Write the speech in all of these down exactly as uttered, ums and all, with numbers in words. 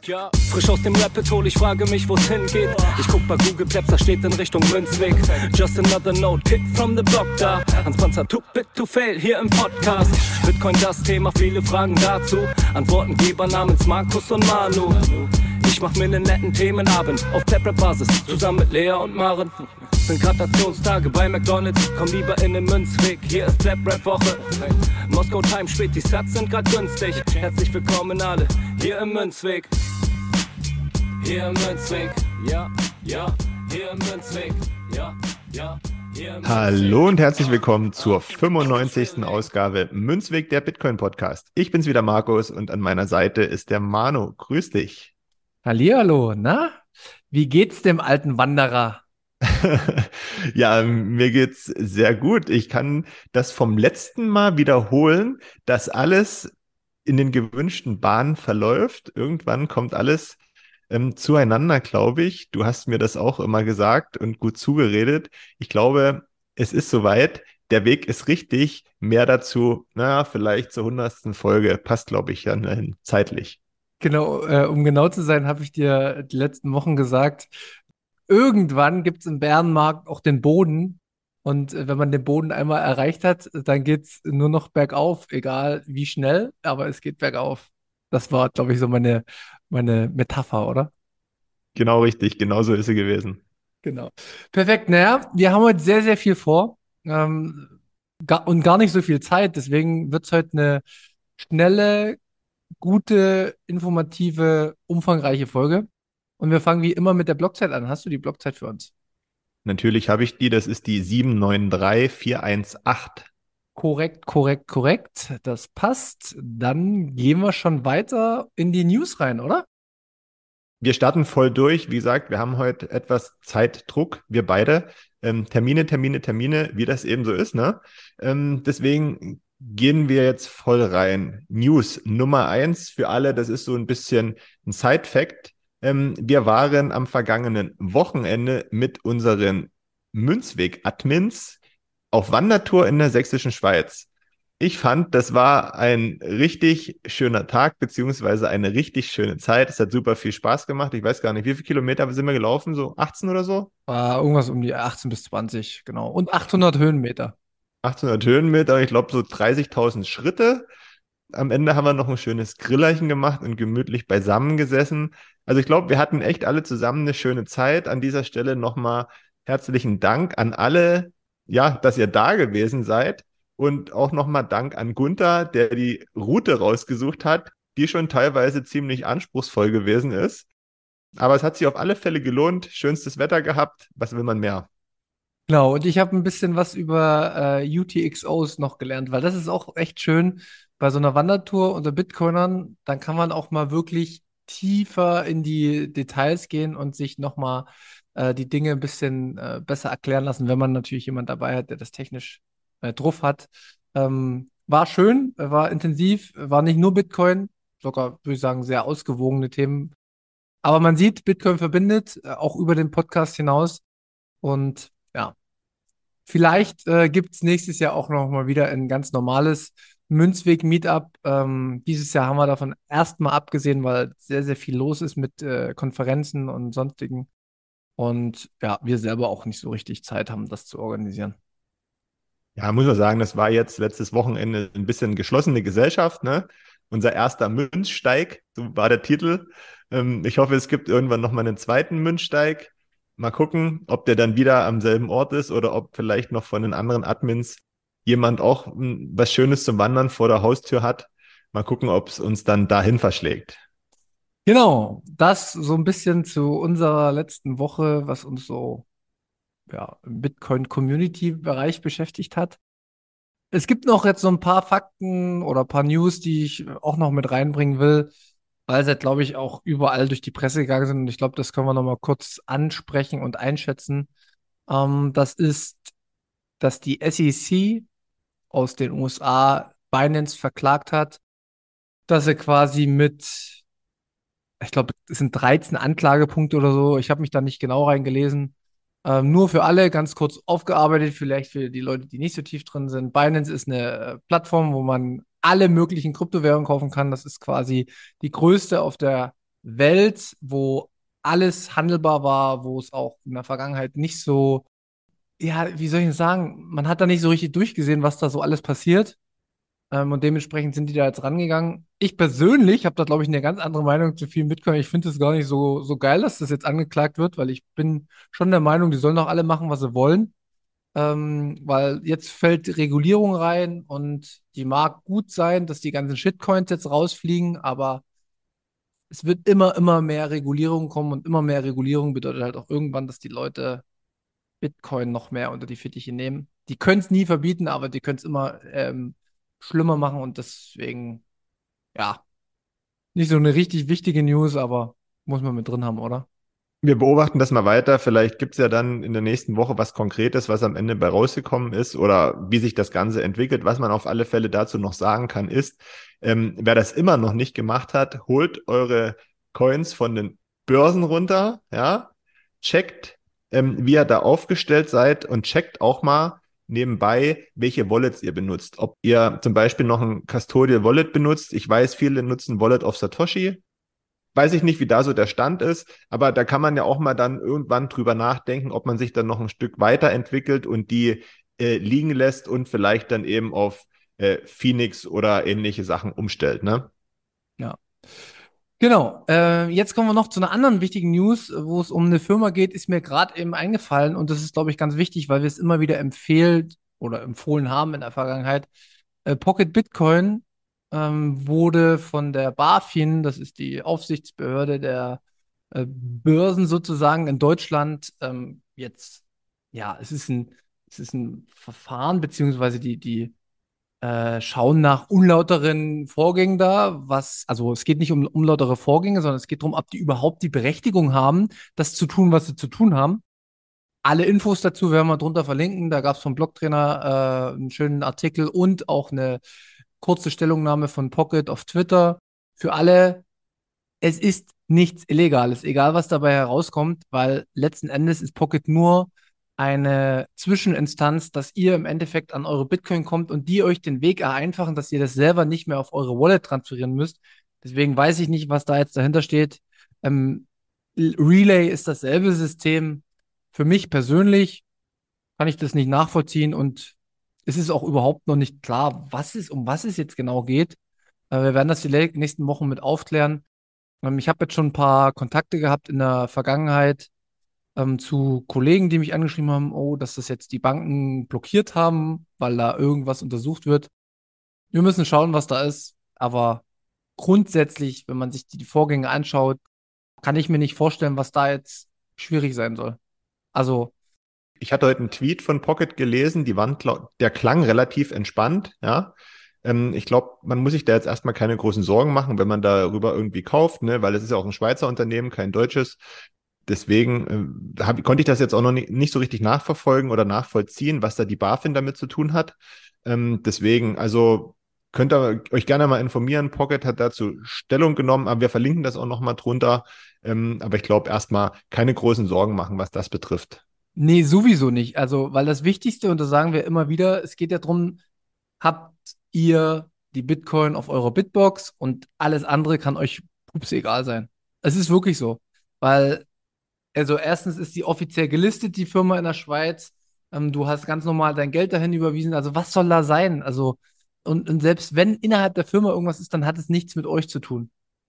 Ja, frisch aus dem Rapid Hole, ich frage mich, wo's hingeht. Ich guck bei Google Maps, da steht in Richtung Münzweg. Just another note, Kid from the block da. Hans Panzer, too big to fail, hier im Podcast. Bitcoin das Thema, viele Fragen dazu. Antwortengeber namens Markus und Manu. Ich mach mir nen netten Themenabend auf Tap-Rap-Basis, zusammen mit Lea und Maren. Sind Gratationstage bei McDonalds, komm lieber in den Münzweg. Hier ist Tap-Rap-Woche. Moskau Time spät, die Sats sind grad günstig. Herzlich willkommen alle, hier im Münzweg. Hier im Münzweg, ja, ja, hier im Münzweg, ja, ja. Hallo und herzlich willkommen zur fünfundneunzigsten Ausgabe Münzweg, der Bitcoin-Podcast. Ich bin's wieder, Markus, und an meiner Seite ist der Manu. Grüß dich. Hallihallo, na? Wie geht's dem alten Wanderer? Ja, mir geht's sehr gut. Ich kann das vom letzten Mal wiederholen, dass alles in den gewünschten Bahnen verläuft. Irgendwann kommt alles ähm, zueinander, glaube ich. Du hast mir das auch immer gesagt und gut zugeredet. Ich glaube, es ist soweit. Der Weg ist richtig. Mehr dazu, na, vielleicht zur hundertsten Folge. Passt, glaube ich, ja, nein, zeitlich. Genau, äh, um genau zu sein, habe ich dir die letzten Wochen gesagt, irgendwann gibt es im Bärenmarkt auch den Boden. Und äh, wenn man den Boden einmal erreicht hat, dann geht es nur noch bergauf, egal wie schnell, aber es geht bergauf. Das war, glaube ich, so meine, meine Metapher, oder? Genau richtig, genau so ist sie gewesen. Genau. Perfekt. Naja, wir haben heute sehr, sehr viel vor ähm, gar, und gar nicht so viel Zeit. Deswegen wird es heute eine schnelle, gute, informative, umfangreiche Folge. Und wir fangen wie immer mit der Blockzeit an. Hast du die Blockzeit für uns? Natürlich habe ich die, das ist die sieben neun drei vier eins acht. Korrekt, korrekt, korrekt. Das passt. Dann gehen wir schon weiter in die News rein, oder? Wir starten voll durch. Wie gesagt, wir haben heute etwas Zeitdruck, wir beide. Ähm, Termine, Termine, Termine, wie das eben so ist, ne? Ähm, deswegen gehen wir jetzt voll rein. News Nummer eins für alle, das ist so ein bisschen ein Side-Fact. Ähm, wir waren am vergangenen Wochenende mit unseren Münzweg-Admins auf Wandertour in der sächsischen Schweiz. Ich fand, das war ein richtig schöner Tag, beziehungsweise eine richtig schöne Zeit. Es hat super viel Spaß gemacht. Ich weiß gar nicht, wie viele Kilometer sind wir gelaufen? So achtzehn oder so? Äh, irgendwas um die achtzehn bis zwanzig, genau. Und achthundert Höhenmeter. achthundert Höhenmeter, ich glaube so dreißigtausend Schritte. Am Ende haben wir noch ein schönes Grillerchen gemacht und gemütlich beisammen gesessen. Also ich glaube, wir hatten echt alle zusammen eine schöne Zeit. An dieser Stelle nochmal herzlichen Dank an alle, ja, dass ihr da gewesen seid. Und auch nochmal Dank an Gunther, der die Route rausgesucht hat, die schon teilweise ziemlich anspruchsvoll gewesen ist. Aber es hat sich auf alle Fälle gelohnt. Schönstes Wetter gehabt. Was will man mehr? Genau, und ich habe ein bisschen was über äh, U T X Os noch gelernt, weil das ist auch echt schön bei so einer Wandertour unter Bitcoinern. Dann kann man auch mal wirklich tiefer in die Details gehen und sich nochmal äh, die Dinge ein bisschen äh, besser erklären lassen, wenn man natürlich jemand dabei hat, der das technisch äh, drauf hat. Ähm, war schön, äh, war intensiv, war nicht nur Bitcoin, sogar, würde ich sagen, sehr ausgewogene Themen. Aber man sieht, Bitcoin verbindet, äh, auch über den Podcast hinaus. Und ja, vielleicht äh, gibt es nächstes Jahr auch noch mal wieder ein ganz normales Münzweg-Meetup. Ähm, dieses Jahr haben wir davon erstmal abgesehen, weil sehr, sehr viel los ist mit äh, Konferenzen und sonstigen. Und ja, wir selber auch nicht so richtig Zeit haben, das zu organisieren. Ja, muss man sagen, das war jetzt letztes Wochenende ein bisschen geschlossene Gesellschaft, ne? Unser erster Münzsteig, so war der Titel. Ähm, ich hoffe, es gibt irgendwann nochmal einen zweiten Münzsteig. Mal gucken, ob der dann wieder am selben Ort ist oder ob vielleicht noch von den anderen Admins jemand auch m, was Schönes zum Wandern vor der Haustür hat. Mal gucken, ob es uns dann dahin verschlägt. Genau, das so ein bisschen zu unserer letzten Woche, was uns so ja, im Bitcoin-Community-Bereich beschäftigt hat. Es gibt noch jetzt so ein paar Fakten oder ein paar News, die ich auch noch mit reinbringen will, weil sie, halt, glaube ich, auch überall durch die Presse gegangen sind. Und ich glaube, das können wir noch mal kurz ansprechen und einschätzen. Ähm, das ist, dass die S E C aus den U S A Binance verklagt hat, dass sie quasi mit, ich glaube, es sind dreizehn Anklagepunkte oder so. Ich habe mich da nicht genau reingelesen. Ähm, nur für alle ganz kurz aufgearbeitet, vielleicht für die Leute, die nicht so tief drin sind. Binance ist eine äh, Plattform, wo man alle möglichen Kryptowährungen kaufen kann. Das ist quasi die größte auf der Welt, wo alles handelbar war, wo es auch in der Vergangenheit nicht so, ja, wie soll ich denn sagen, man hat da nicht so richtig durchgesehen, was da so alles passiert. Ähm, und dementsprechend sind die da jetzt rangegangen. Ich persönlich habe da, glaube ich, eine ganz andere Meinung zu vielen Bitcoin. Ich finde es gar nicht so, so geil, dass das jetzt angeklagt wird, weil ich bin schon der Meinung, die sollen doch alle machen, was sie wollen. Ähm, weil jetzt fällt Regulierung rein und die mag gut sein, dass die ganzen Shitcoins jetzt rausfliegen, aber es wird immer, immer mehr Regulierung kommen und immer mehr Regulierung bedeutet halt auch irgendwann, dass die Leute Bitcoin noch mehr unter die Fittiche nehmen. Die können es nie verbieten, aber die können es immer ähm, schlimmer machen und deswegen, ja, nicht so eine richtig wichtige News, aber muss man mit drin haben, oder? Wir beobachten das mal weiter. Vielleicht gibt es ja dann in der nächsten Woche was Konkretes, was am Ende bei rausgekommen ist oder wie sich das Ganze entwickelt. Was man auf alle Fälle dazu noch sagen kann, ist, ähm, wer das immer noch nicht gemacht hat, holt eure Coins von den Börsen runter, ja, checkt, ähm, wie ihr da aufgestellt seid und checkt auch mal nebenbei, welche Wallets ihr benutzt. Ob ihr zum Beispiel noch ein Custodial Wallet benutzt. Ich weiß, viele nutzen Wallet of Satoshi. Weiß ich nicht, wie da so der Stand ist, aber da kann man ja auch mal dann irgendwann drüber nachdenken, ob man sich dann noch ein Stück weiterentwickelt und die äh, liegen lässt und vielleicht dann eben auf äh, Phoenix oder ähnliche Sachen umstellt, ne? Ja. Genau. Äh, jetzt kommen wir noch zu einer anderen wichtigen News, wo es um eine Firma geht, ist mir gerade eben eingefallen und das ist, glaube ich, ganz wichtig, weil wir es immer wieder empfehlt oder empfohlen haben in der Vergangenheit. Äh, Pocket Bitcoin ähm, wurde von der BaFin, das ist die Aufsichtsbehörde der äh, Börsen sozusagen in Deutschland, ähm, jetzt, ja, es ist ein, es ist ein Verfahren, beziehungsweise die, die äh, schauen nach unlauteren Vorgängen da, was, also es geht nicht um unlautere Vorgänge, sondern es geht darum, ob die überhaupt die Berechtigung haben, das zu tun, was sie zu tun haben. Alle Infos dazu werden wir drunter verlinken. Da gab es vom Blogtrainer äh, einen schönen Artikel und auch eine kurze Stellungnahme von Pocket auf Twitter. Für alle, es ist nichts Illegales, egal was dabei herauskommt, weil letzten Endes ist Pocket nur eine Zwischeninstanz, dass ihr im Endeffekt an eure Bitcoin kommt und die euch den Weg vereinfachen, dass ihr das selber nicht mehr auf eure Wallet transferieren müsst. Deswegen weiß ich nicht, was da jetzt dahinter steht. Ähm, Relay ist dasselbe System. Für mich persönlich kann ich das nicht nachvollziehen und es ist auch überhaupt noch nicht klar, was es, um was es jetzt genau geht. Äh, wir werden das die nächsten Wochen mit aufklären. Ähm, ich habe jetzt schon ein paar Kontakte gehabt in der Vergangenheit ähm, zu Kollegen, die mich angeschrieben haben, oh, dass das jetzt die Banken blockiert haben, weil da irgendwas untersucht wird. Wir müssen schauen, was da ist. Aber grundsätzlich, wenn man sich die, die Vorgänge anschaut, kann ich mir nicht vorstellen, was da jetzt schwierig sein soll. Also, Ich hatte heute einen Tweet von Pocket gelesen, die waren, glaub, der klang relativ entspannt, ja. Ähm, ich glaube, man muss sich da jetzt erstmal keine großen Sorgen machen, wenn man darüber irgendwie kauft, ne, weil es ist ja auch ein Schweizer Unternehmen, kein deutsches. Deswegen äh, hab, konnte ich das jetzt auch noch nicht, nicht so richtig nachverfolgen oder nachvollziehen, was da die BaFin damit zu tun hat. Ähm, deswegen, also könnt ihr euch gerne mal informieren. Pocket hat dazu Stellung genommen, aber wir verlinken das auch nochmal drunter. Ähm, aber ich glaube, erstmal keine großen Sorgen machen, was das betrifft. nee, sowieso nicht. Also, weil das Wichtigste, und das sagen wir immer wieder, es geht ja darum, habt ihr die Bitcoin auf eurer Bitbox und alles andere kann euch pups egal sein. Es ist wirklich so. Weil, also erstens ist die offiziell gelistet, die Firma in der Schweiz. Ähm, du hast ganz normal dein Geld dahin überwiesen. Also was soll da sein? Also, und, und selbst wenn innerhalb der Firma irgendwas ist, dann hat es nichts mit euch zu tun.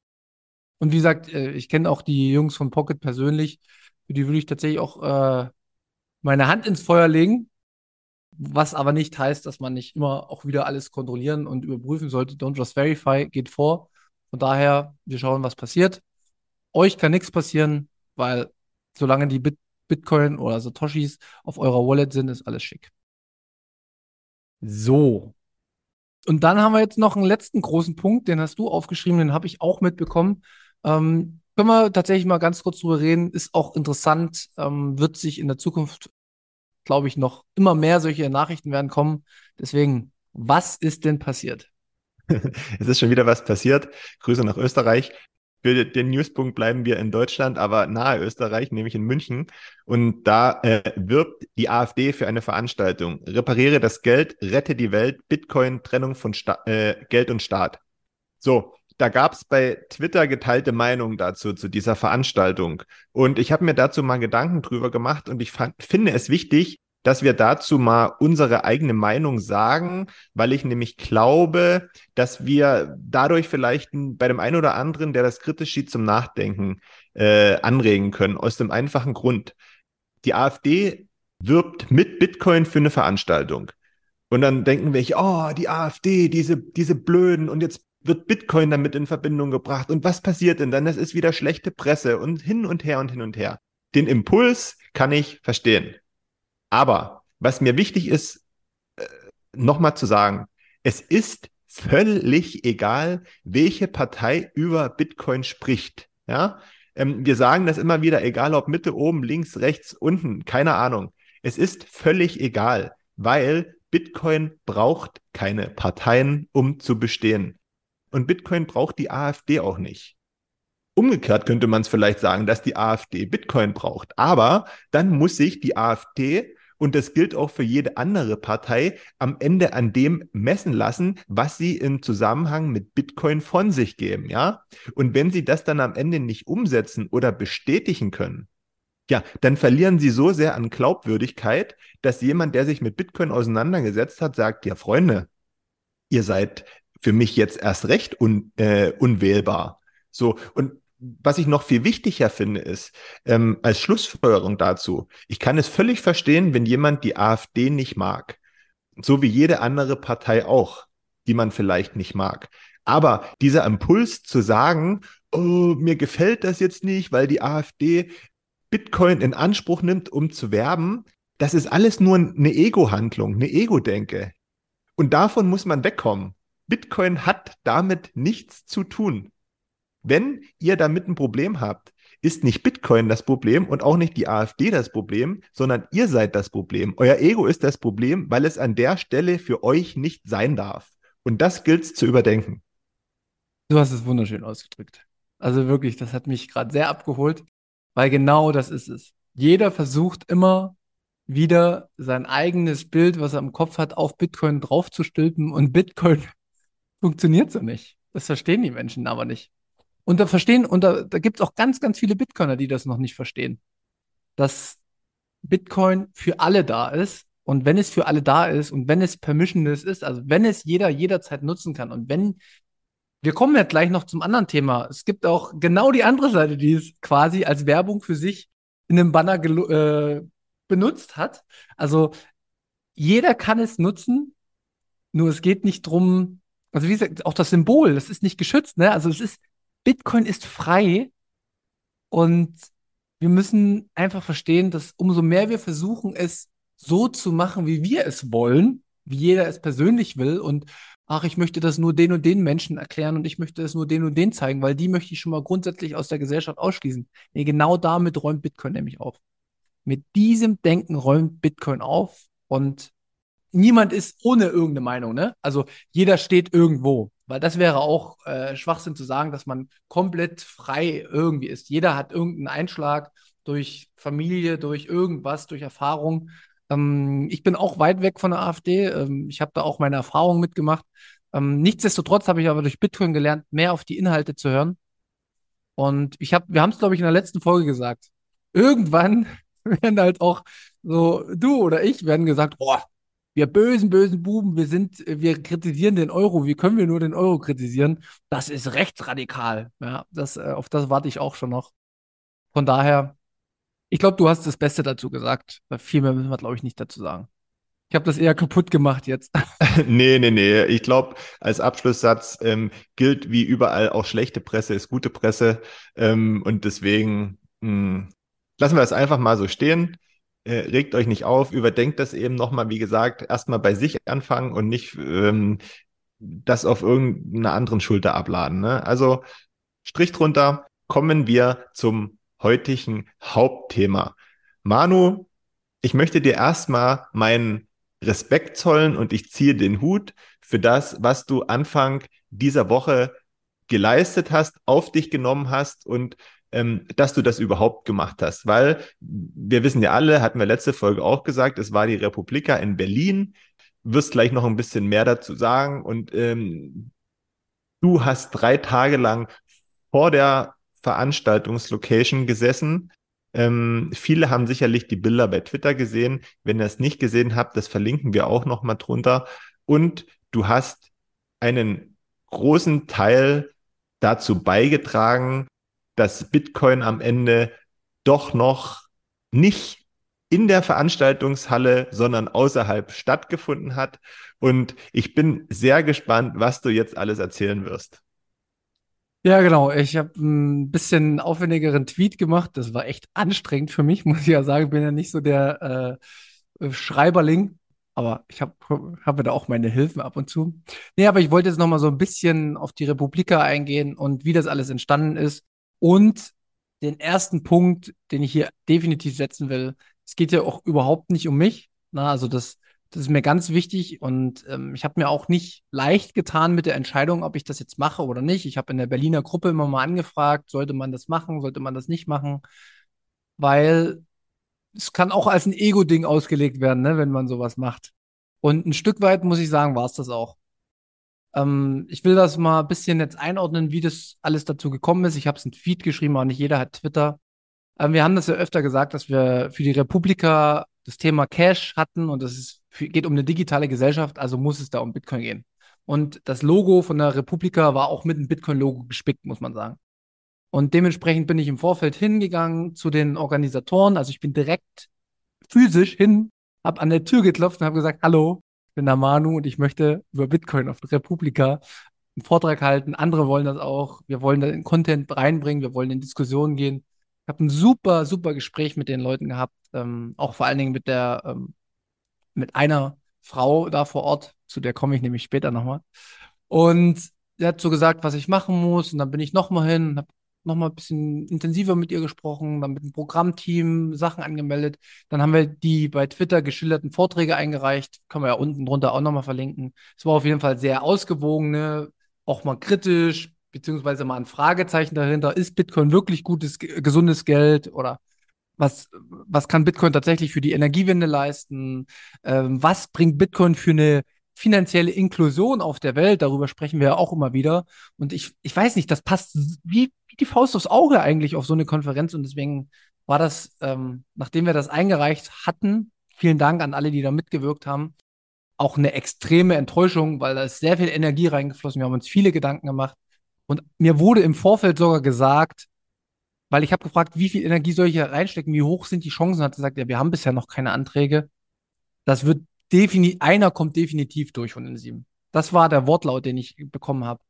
Und wie gesagt, äh, ich kenne auch die Jungs von Pocket persönlich. Für die würde ich tatsächlich auch äh, meine Hand ins Feuer legen. Was aber nicht heißt, dass man nicht immer auch wieder alles kontrollieren und überprüfen sollte. Don't just verify geht vor. Von daher, wir schauen, was passiert. Euch kann nichts passieren, weil solange die Bit Bitcoin oder Satoshis auf eurer Wallet sind, ist alles schick. So. Und dann haben wir jetzt noch einen letzten großen Punkt, den hast du aufgeschrieben, den habe ich auch mitbekommen. Ähm, können wir tatsächlich mal ganz kurz drüber reden, ist auch interessant, ähm, wird sich in der Zukunft, glaube ich, noch immer mehr solche Nachrichten werden kommen. Deswegen, was ist denn passiert? Es ist schon wieder was passiert. Grüße nach Österreich. Für den Newspunkt bleiben wir in Deutschland, aber nahe Österreich, nämlich in München. Und da äh, wirbt die AfD für eine Veranstaltung. Repariere das Geld, rette die Welt, Bitcoin, Trennung von Sta äh, Geld und Staat. So, Da gab es bei Twitter geteilte Meinungen dazu, zu dieser Veranstaltung. Und ich habe mir dazu mal Gedanken drüber gemacht und ich fand, finde es wichtig, dass wir dazu mal unsere eigene Meinung sagen, weil ich nämlich glaube, dass wir dadurch vielleicht bei dem einen oder anderen, der das kritisch sieht, zum Nachdenken äh, anregen können. Aus dem einfachen Grund. Die AfD wirbt mit Bitcoin für eine Veranstaltung. Und dann denken wir, oh, die AfD, diese, diese Blöden, und jetzt wird Bitcoin damit in Verbindung gebracht. Und was passiert denn dann? Das ist wieder schlechte Presse und hin und her und hin und her. Den Impuls kann ich verstehen. Aber was mir wichtig ist, äh, nochmal zu sagen, es ist völlig egal, welche Partei über Bitcoin spricht. Ja? Ähm, wir sagen das immer wieder, egal ob Mitte, oben, links, rechts, unten, keine Ahnung. Es ist völlig egal, weil Bitcoin braucht keine Parteien, um zu bestehen. Und Bitcoin braucht die AfD auch nicht. Umgekehrt könnte man es vielleicht sagen, dass die AfD Bitcoin braucht. Aber dann muss sich die AfD, und das gilt auch für jede andere Partei, am Ende an dem messen lassen, was sie im Zusammenhang mit Bitcoin von sich geben. Ja? Und wenn sie das dann am Ende nicht umsetzen oder bestätigen können, ja, dann verlieren sie so sehr an Glaubwürdigkeit, dass jemand, der sich mit Bitcoin auseinandergesetzt hat, sagt, ja Freunde, ihr seid für mich jetzt erst recht un, äh, unwählbar. So, und was ich noch viel wichtiger finde, ist, ähm, als Schlussfolgerung dazu, ich kann es völlig verstehen, wenn jemand die AfD nicht mag. So wie jede andere Partei auch, die man vielleicht nicht mag. Aber dieser Impuls zu sagen, oh, mir gefällt das jetzt nicht, weil die AfD Bitcoin in Anspruch nimmt, um zu werben, das ist alles nur eine Ego-Handlung, eine Ego-Denke. Und davon muss man wegkommen. Bitcoin hat damit nichts zu tun. Wenn ihr damit ein Problem habt, ist nicht Bitcoin das Problem und auch nicht die AfD das Problem, sondern ihr seid das Problem. Euer Ego ist das Problem, weil es an der Stelle für euch nicht sein darf. Und das gilt es zu überdenken. Du hast es wunderschön ausgedrückt. Also wirklich, das hat mich gerade sehr abgeholt, weil genau das ist es. Jeder versucht immer wieder sein eigenes Bild, was er im Kopf hat, auf Bitcoin draufzustülpen, und Bitcoin funktioniert so nicht. Das verstehen die Menschen aber nicht. Und da verstehen, und da, da gibt es auch ganz, ganz viele Bitcoiner, die das noch nicht verstehen, dass Bitcoin für alle da ist. Und wenn es für alle da ist und wenn es permissionless ist, also wenn es jeder jederzeit nutzen kann, und wenn, wir kommen ja gleich noch zum anderen Thema. Es gibt auch genau die andere Seite, die es quasi als Werbung für sich in einem Banner äh, benutzt hat. Also jeder kann es nutzen, nur es geht nicht drum, also wie gesagt, auch das Symbol, das ist nicht geschützt, ne? Also es ist, Bitcoin ist frei, und wir müssen einfach verstehen, dass umso mehr wir versuchen, es so zu machen, wie wir es wollen, wie jeder es persönlich will, und ach, ich möchte das nur den und den Menschen erklären und ich möchte das nur den und den zeigen, weil die möchte ich schon mal grundsätzlich aus der Gesellschaft ausschließen. Nee, genau damit räumt Bitcoin nämlich auf. Mit diesem Denken räumt Bitcoin auf, und niemand ist ohne irgendeine Meinung, ne? Also jeder steht irgendwo, weil das wäre auch äh, Schwachsinn zu sagen, dass man komplett frei irgendwie ist. Jeder hat irgendeinen Einschlag durch Familie, durch irgendwas, durch Erfahrung. Ähm, ich bin auch weit weg von der AfD. Ähm, ich habe da auch meine Erfahrungen mitgemacht. Ähm, nichtsdestotrotz habe ich aber durch Bitcoin gelernt, mehr auf die Inhalte zu hören. Und ich habe, wir haben es, glaube ich, in der letzten Folge gesagt. Irgendwann werden halt auch so, du oder ich werden gesagt, boah, wir bösen, bösen Buben, wir sind, wir kritisieren den Euro. Wie können wir nur den Euro kritisieren? Das ist rechtsradikal. Ja, das, äh, auf das warte ich auch schon noch. Von daher, ich glaube, du hast das Beste dazu gesagt. Viel mehr müssen wir, glaube ich, nicht dazu sagen. Ich habe das eher kaputt gemacht jetzt. Nee, nee, nee. Ich glaube, als Abschlusssatz ähm, gilt wie überall, auch schlechte Presse ist gute Presse. Ähm, und deswegen mh, lassen wir es einfach mal so stehen. Äh, regt euch nicht auf, überdenkt das eben nochmal, wie gesagt, erstmal bei sich anfangen und nicht ähm, das auf irgendeiner anderen Schulter abladen. Ne? Also Strich drunter, kommen wir zum heutigen Hauptthema. Manu, ich möchte dir erstmal meinen Respekt zollen und ich ziehe den Hut für das, was du Anfang dieser Woche geleistet hast, auf dich genommen hast und ähm, dass du das überhaupt gemacht hast. Weil wir wissen ja alle, hatten wir letzte Folge auch gesagt, es war die Republika in Berlin. Wirst gleich noch ein bisschen mehr dazu sagen. Und ähm, Du hast drei Tage lang vor der Veranstaltungslocation gesessen. Ähm, viele haben sicherlich die Bilder bei Twitter gesehen. Wenn ihr es nicht gesehen habt, das verlinken wir auch noch mal drunter. Und du hast einen großen Teil dazu beigetragen, dass Bitcoin am Ende doch noch nicht in der Veranstaltungshalle, sondern außerhalb stattgefunden hat. Und ich bin sehr gespannt, was du jetzt alles erzählen wirst. Ja, genau. Ich habe ein bisschen aufwendigeren Tweet gemacht. Das war echt anstrengend für mich, muss ich ja sagen. Ich bin ja nicht so der äh, Schreiberling, aber ich habe hab da auch meine Hilfen ab und zu. Nee, aber ich wollte jetzt noch mal so ein bisschen auf die Republika eingehen und wie das alles entstanden ist. Und den ersten Punkt, den ich hier definitiv setzen will, es geht ja auch überhaupt nicht um mich. Na, also das das ist mir ganz wichtig und ähm, ich habe mir auch nicht leicht getan mit der Entscheidung, ob ich das jetzt mache oder nicht. Ich habe in der Berliner Gruppe immer mal angefragt, sollte man das machen, sollte man das nicht machen, weil es kann auch als ein Ego-Ding ausgelegt werden, ne, wenn man sowas macht. Und ein Stück weit, muss ich sagen, war es das auch. Ähm, ich will das mal ein bisschen jetzt einordnen, wie das alles dazu gekommen ist. Ich habe es in Tweet geschrieben, aber nicht jeder hat Twitter. Ähm, wir haben das ja öfter gesagt, dass wir für die Republika das Thema Cash hatten und es ist, für, geht um eine digitale Gesellschaft, also muss es da um Bitcoin gehen. Und das Logo von der Republika war auch mit einem Bitcoin-Logo gespickt, muss man sagen. Und dementsprechend bin ich im Vorfeld hingegangen zu den Organisatoren. Also ich bin direkt physisch hin, habe an der Tür geklopft und habe gesagt, hallo, ich bin der Manu und ich möchte über Bitcoin auf der Republika einen Vortrag halten. Andere wollen das auch. Wir wollen da den Content reinbringen, wir wollen in Diskussionen gehen. Ich habe ein super, super Gespräch mit den Leuten gehabt, ähm, auch vor allen Dingen mit der, ähm, mit einer Frau da vor Ort, zu der komme ich nämlich später nochmal. Und sie hat so gesagt, was ich machen muss. Und dann bin ich nochmal hin und habe nochmal ein bisschen intensiver mit ihr gesprochen, dann mit dem Programmteam Sachen angemeldet. Dann haben wir die bei Twitter geschilderten Vorträge eingereicht. Können wir ja unten drunter auch nochmal verlinken. Es war auf jeden Fall sehr ausgewogen, ne? Auch mal kritisch, beziehungsweise mal ein Fragezeichen dahinter. Ist Bitcoin wirklich gutes, gesundes Geld oder was, was kann Bitcoin tatsächlich für die Energiewende leisten? Ähm, was bringt Bitcoin für eine finanzielle Inklusion auf der Welt? Darüber sprechen wir ja auch immer wieder. Und ich, ich weiß nicht, das passt wie, wie die Faust aufs Auge eigentlich auf so eine Konferenz. Und deswegen war das, ähm, nachdem wir das eingereicht hatten, vielen Dank an alle, die da mitgewirkt haben, auch eine extreme Enttäuschung, weil da ist sehr viel Energie reingeflossen. Wir haben uns viele Gedanken gemacht. Und mir wurde im Vorfeld sogar gesagt, weil ich habe gefragt, wie viel Energie soll ich hier reinstecken, wie hoch sind die Chancen? Hat er gesagt, ja, wir haben bisher noch keine Anträge. Das wird definitiv, einer kommt definitiv durch von den sieben. Das war der Wortlaut, den ich bekommen habe.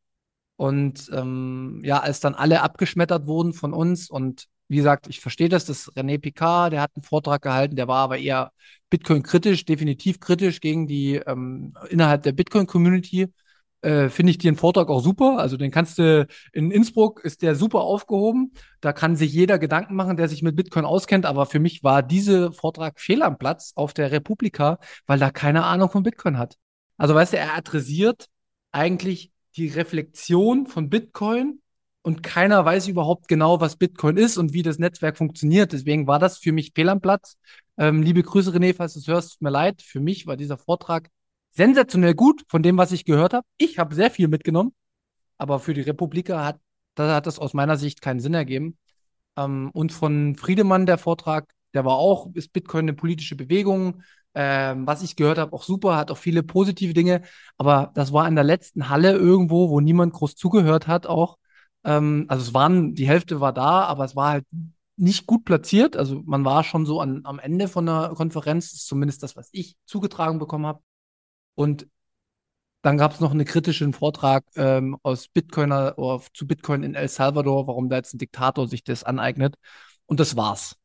Und ähm, ja, als dann alle abgeschmettert wurden von uns und wie gesagt, ich verstehe das, das René Picard, der hat einen Vortrag gehalten, der war aber eher Bitcoin-kritisch, definitiv kritisch gegen die ähm, innerhalb der Bitcoin-Community. Äh, finde ich den Vortrag auch super. Also den kannst du in Innsbruck ist der super aufgehoben. Da kann sich jeder Gedanken machen, der sich mit Bitcoin auskennt. Aber für mich war dieser Vortrag fehl am Platz auf der Republika, weil da keine Ahnung von Bitcoin hat. Also weißt du, er adressiert eigentlich die Reflexion von Bitcoin und keiner weiß überhaupt genau, was Bitcoin ist und wie das Netzwerk funktioniert. Deswegen war das für mich fehl am Platz. Ähm, liebe Grüße, René, falls du es hörst, tut mir leid. Für mich war dieser Vortrag sensationell gut von dem, was ich gehört habe. Ich habe sehr viel mitgenommen, aber für die Republika hat, da hat das aus meiner Sicht keinen Sinn ergeben. Ähm, und von Friedemann der Vortrag, der war auch, ist Bitcoin eine politische Bewegung. Ähm, was ich gehört habe, auch super, hat auch viele positive Dinge, aber das war in der letzten Halle irgendwo, wo niemand groß zugehört hat auch. Ähm, also es waren, die Hälfte war da, aber es war halt nicht gut platziert. Also man war schon so an, am Ende von der Konferenz, das ist zumindest das, was ich zugetragen bekommen habe. Und dann gab es noch einen kritischen Vortrag ähm, aus Bitcoiner oder zu Bitcoin in El Salvador, warum da jetzt ein Diktator sich das aneignet. Und das war's.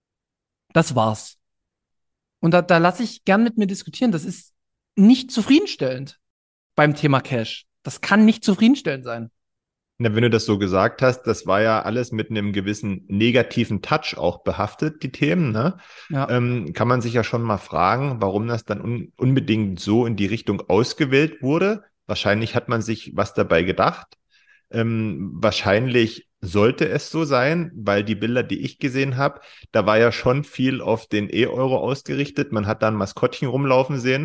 Das war's. Und da, da lasse ich gern mit mir diskutieren. Das ist nicht zufriedenstellend beim Thema Cash. Das kann nicht zufriedenstellend sein. Na, wenn du das so gesagt hast, das war ja alles mit einem gewissen negativen Touch auch behaftet, die Themen, ne? Ja. Ähm, kann man sich ja schon mal fragen, warum das dann un unbedingt so in die Richtung ausgewählt wurde. Wahrscheinlich hat man sich was dabei gedacht. Ähm, wahrscheinlich sollte es so sein, weil die Bilder, die ich gesehen habe, da war ja schon viel auf den E-Euro ausgerichtet. Man hat da ein Maskottchen rumlaufen sehen.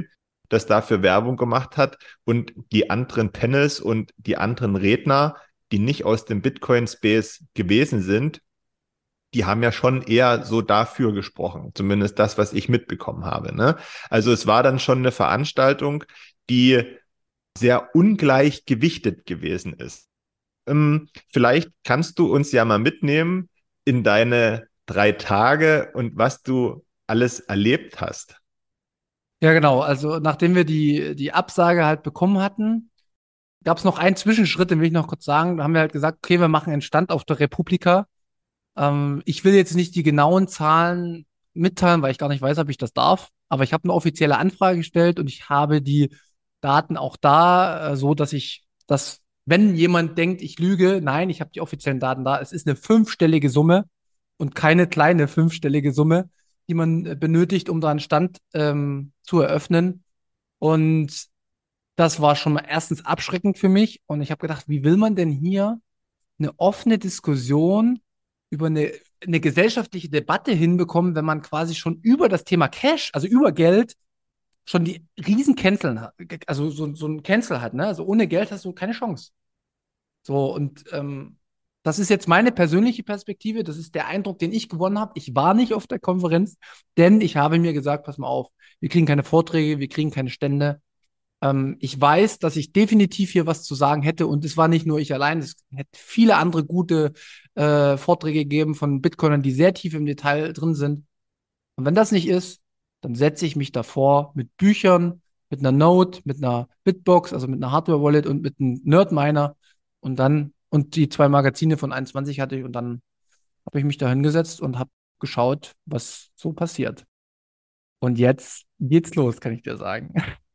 das dafür Werbung gemacht hat und die anderen Panels und die anderen Redner, die nicht aus dem Bitcoin-Space gewesen sind, die haben ja schon eher so dafür gesprochen, zumindest das, was ich mitbekommen habe, ne? Also es war dann schon eine Veranstaltung, die sehr ungleich gewichtet gewesen ist. Ähm, vielleicht kannst du uns ja mal mitnehmen in deine drei Tage und was du alles erlebt hast. Ja, genau. Also nachdem wir die, die Absage halt bekommen hatten, gab es noch einen Zwischenschritt, den will ich noch kurz sagen. Da haben wir halt gesagt, okay, wir machen einen Stand auf der Republika. Ähm, ich will jetzt nicht die genauen Zahlen mitteilen, weil ich gar nicht weiß, ob ich das darf. Aber ich habe eine offizielle Anfrage gestellt und ich habe die Daten auch da, äh, so dass ich das, wenn jemand denkt, ich lüge, nein, ich habe die offiziellen Daten da. Es ist eine fünfstellige Summe und keine kleine fünfstellige Summe, die man äh, benötigt, um da einen Stand ähm, zu eröffnen. Und das war schon mal erstens abschreckend für mich. Und ich habe gedacht, wie will man denn hier eine offene Diskussion über eine, eine gesellschaftliche Debatte hinbekommen, wenn man quasi schon über das Thema Cash, also über Geld, schon die riesen Canceln hat, also so, so ein Cancel hat, ne? Also ohne Geld hast du keine Chance. So, und ähm, das ist jetzt meine persönliche Perspektive, das ist der Eindruck, den ich gewonnen habe. Ich war nicht auf der Konferenz, denn ich habe mir gesagt, pass mal auf, wir kriegen keine Vorträge, wir kriegen keine Stände. Ähm, ich weiß, dass ich definitiv hier was zu sagen hätte und es war nicht nur ich allein, es hätte viele andere gute äh, Vorträge gegeben von Bitcoinern, die sehr tief im Detail drin sind. Und wenn das nicht ist, dann setze ich mich davor mit Büchern, mit einer Note, mit einer Bitbox, also mit einer Hardware-Wallet und mit einem Nerdminer und dann, und die zwei Magazine von einundzwanzig hatte ich und dann habe ich mich da hingesetzt und habe geschaut, was so passiert. Und jetzt geht's los, kann ich dir sagen.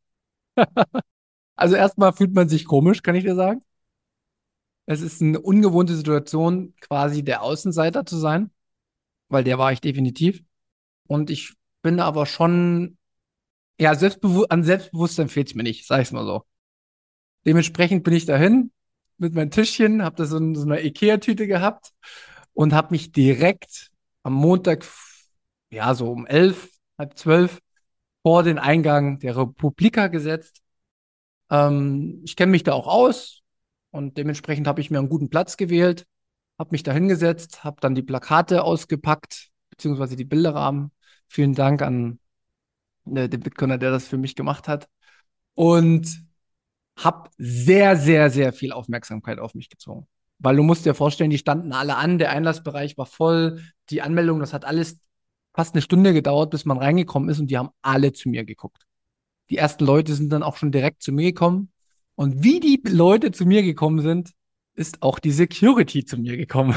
Also erstmal fühlt man sich komisch, kann ich dir sagen. Es ist eine ungewohnte Situation, quasi der Außenseiter zu sein, weil der war ich definitiv. Und ich bin aber schon, ja, selbstbewu an Selbstbewusstsein fehlt es mir nicht, sag ich mal so. Dementsprechend bin ich dahin mit meinem Tischchen, habe da so, ein, so eine Ikea-Tüte gehabt und habe mich direkt am Montag, ja, so um elf, halb zwölf, vor den Eingang der Republika gesetzt. Ähm, ich kenne mich da auch aus und dementsprechend habe ich mir einen guten Platz gewählt, habe mich da hingesetzt, habe dann die Plakate ausgepackt, beziehungsweise die Bilderrahmen. Vielen Dank an äh, den Bitcoiner, der das für mich gemacht hat. Und habe sehr, sehr, sehr viel Aufmerksamkeit auf mich gezogen. Weil du musst dir vorstellen, die standen alle an, der Einlassbereich war voll, die Anmeldung, das hat alles fast eine Stunde gedauert, bis man reingekommen ist und die haben alle zu mir geguckt. Die ersten Leute sind dann auch schon direkt zu mir gekommen. Und wie die Leute zu mir gekommen sind, ist auch die Security zu mir gekommen.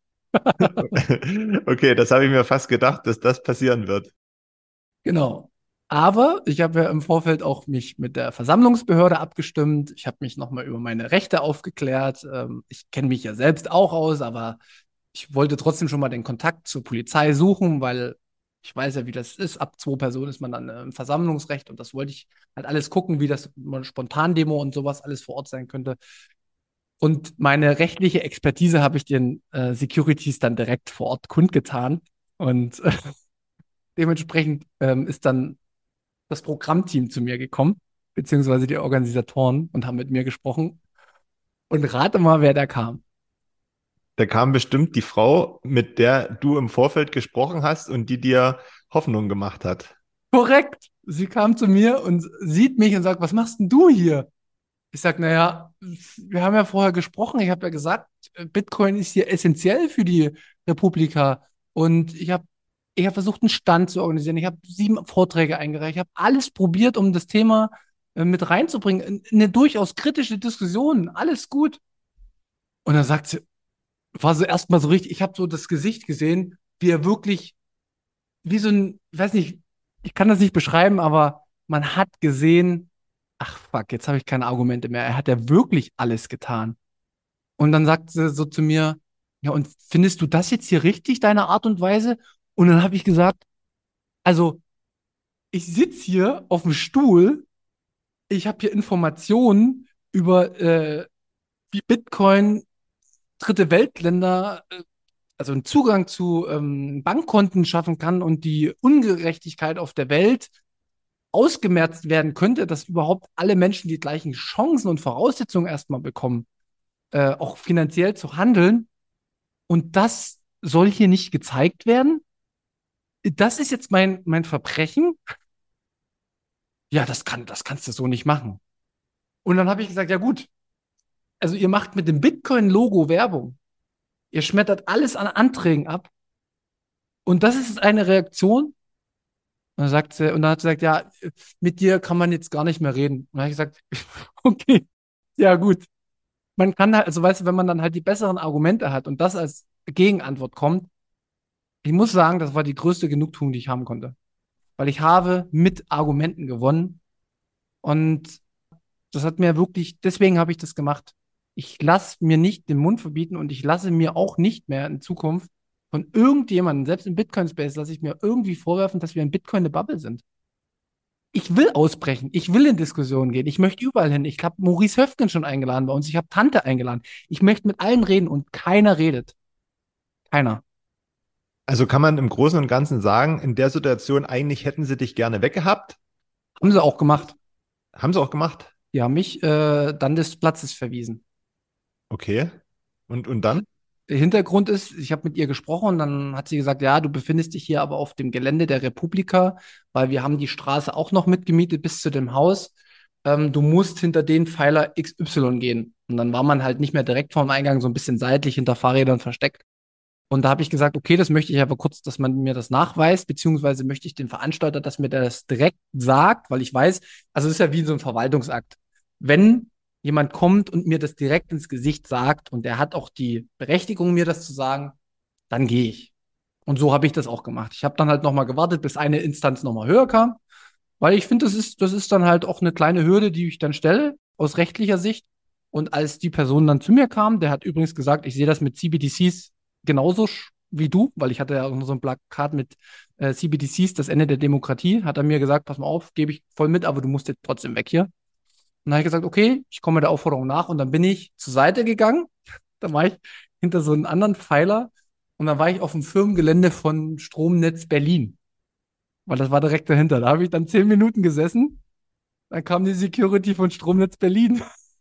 Okay, das habe ich mir fast gedacht, dass das passieren wird. Genau. Aber ich habe ja im Vorfeld auch mich mit der Versammlungsbehörde abgestimmt. Ich habe mich nochmal über meine Rechte aufgeklärt. Ähm, ich kenne mich ja selbst auch aus, aber ich wollte trotzdem schon mal den Kontakt zur Polizei suchen, weil ich weiß ja, wie das ist. Ab zwei Personen ist man dann äh, im Versammlungsrecht und das wollte ich halt alles gucken, wie das mal Spontandemo und sowas alles vor Ort sein könnte. Und meine rechtliche Expertise habe ich den äh, Securities dann direkt vor Ort kundgetan. Und äh, dementsprechend ähm, ist dann das Programmteam zu mir gekommen, beziehungsweise die Organisatoren und haben mit mir gesprochen. Und rate mal, wer da kam. Da kam bestimmt die Frau, mit der du im Vorfeld gesprochen hast und die dir Hoffnung gemacht hat. Korrekt. Sie kam zu mir und sieht mich und sagt, was machst denn du hier? Ich sage, naja, wir haben ja vorher gesprochen. Ich habe ja gesagt, Bitcoin ist hier essentiell für die Republika. Und ich habe ich hab versucht, einen Stand zu organisieren. Ich habe sieben Vorträge eingereicht. Ich habe alles probiert, um das Thema äh, mit reinzubringen. In eine durchaus kritische Diskussion. Alles gut. Und dann sagt sie, war so erstmal so richtig, ich habe so das Gesicht gesehen, wie er wirklich, wie so ein, ich weiß nicht, ich kann das nicht beschreiben, aber man hat gesehen, ach fuck, jetzt habe ich keine Argumente mehr. Er hat ja wirklich alles getan. Und dann sagt sie so zu mir, ja, und findest du das jetzt hier richtig, deine Art und Weise? Und dann habe ich gesagt, also ich sitze hier auf dem Stuhl, ich habe hier Informationen über, äh, wie Bitcoin dritte Weltländer, äh, also einen Zugang zu ähm, Bankkonten schaffen kann und die Ungerechtigkeit auf der Welt ausgemerzt werden könnte, dass überhaupt alle Menschen die gleichen Chancen und Voraussetzungen erstmal bekommen, äh, auch finanziell zu handeln. Und das soll hier nicht gezeigt werden. Das ist jetzt mein, mein Verbrechen. Ja, das kann, das kannst du so nicht machen. Und dann habe ich gesagt, ja gut, also ihr macht mit dem Bitcoin-Logo Werbung. Ihr schmettert alles an Anträgen ab. Und das ist eine Reaktion. Und dann sagt sie, und dann hat sie gesagt, ja, mit dir kann man jetzt gar nicht mehr reden. Und dann habe ich gesagt, okay, ja gut. Man kann halt, also weißt du, wenn man dann halt die besseren Argumente hat und das als Gegenantwort kommt, ich muss sagen, das war die größte Genugtuung, die ich haben konnte. Weil ich habe mit Argumenten gewonnen und das hat mir wirklich, deswegen habe ich das gemacht. Ich lasse mir nicht den Mund verbieten und ich lasse mir auch nicht mehr in Zukunft von irgendjemandem, selbst im Bitcoin-Space, lasse ich mir irgendwie vorwerfen, dass wir in Bitcoin eine Bubble sind. Ich will ausbrechen, ich will in Diskussionen gehen, ich möchte überall hin. Ich habe Maurice Höfgen schon eingeladen bei uns, ich habe Tante eingeladen. Ich möchte mit allen reden und keiner redet. Keiner. Also kann man im Großen und Ganzen sagen, in der Situation eigentlich hätten sie dich gerne weggehabt. Haben sie auch gemacht. Haben sie auch gemacht? Die haben mich äh, dann des Platzes verwiesen. Okay. Und, und dann? Der Hintergrund ist, ich habe mit ihr gesprochen und dann hat sie gesagt, ja, du befindest dich hier aber auf dem Gelände der Republika, weil wir haben die Straße auch noch mitgemietet bis zu dem Haus. Ähm, du musst hinter den Pfeiler X Y gehen. Und dann war man halt nicht mehr direkt vorm Eingang, so ein bisschen seitlich hinter Fahrrädern versteckt. Und da habe ich gesagt, okay, das möchte ich aber kurz, dass man mir das nachweist, beziehungsweise möchte ich den Veranstalter, dass mir der das direkt sagt, weil ich weiß, also es ist ja wie so ein Verwaltungsakt. Wenn jemand kommt und mir das direkt ins Gesicht sagt und der hat auch die Berechtigung, mir das zu sagen, dann gehe ich. Und so habe ich das auch gemacht. Ich habe dann halt nochmal gewartet, bis eine Instanz nochmal höher kam, weil ich finde, das ist, das ist dann halt auch eine kleine Hürde, die ich dann stelle, aus rechtlicher Sicht. Und als die Person dann zu mir kam, der hat übrigens gesagt, ich sehe das mit C B D Cs genauso wie du, weil ich hatte ja auch noch so ein Plakat mit äh, C B D Cs, das Ende der Demokratie, hat er mir gesagt, pass mal auf, gebe ich voll mit, aber du musst jetzt trotzdem weg hier. Und dann habe ich gesagt, okay, ich komme der Aufforderung nach und dann bin ich zur Seite gegangen. Dann war ich hinter so einem anderen Pfeiler und dann war ich auf dem Firmengelände von Stromnetz Berlin, weil das war direkt dahinter. Da habe ich dann zehn Minuten gesessen, dann kam die Security von Stromnetz Berlin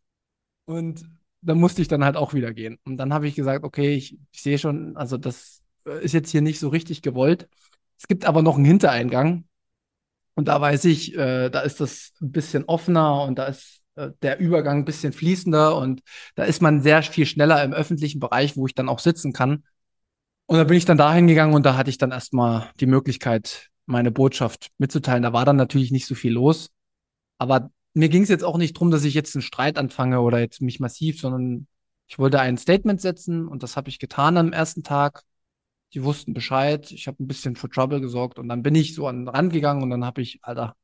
und dann musste ich dann halt auch wieder gehen. Und dann habe ich gesagt, okay, ich, ich sehe schon, also das äh, ist jetzt hier nicht so richtig gewollt. Es gibt aber noch einen Hintereingang. Und da weiß ich, äh, da ist das ein bisschen offener und da ist äh, der Übergang ein bisschen fließender und da ist man sehr viel schneller im öffentlichen Bereich, wo ich dann auch sitzen kann. Und da bin ich dann dahin gegangen und da hatte ich dann erstmal die Möglichkeit, meine Botschaft mitzuteilen. Da war dann natürlich nicht so viel los. Aber mir ging es jetzt auch nicht darum, dass ich jetzt einen Streit anfange oder jetzt mich massiv, sondern ich wollte ein Statement setzen und das habe ich getan am ersten Tag. Die wussten Bescheid. Ich habe ein bisschen für Trouble gesorgt und dann bin ich so an den Rand gegangen und dann habe ich, Alter,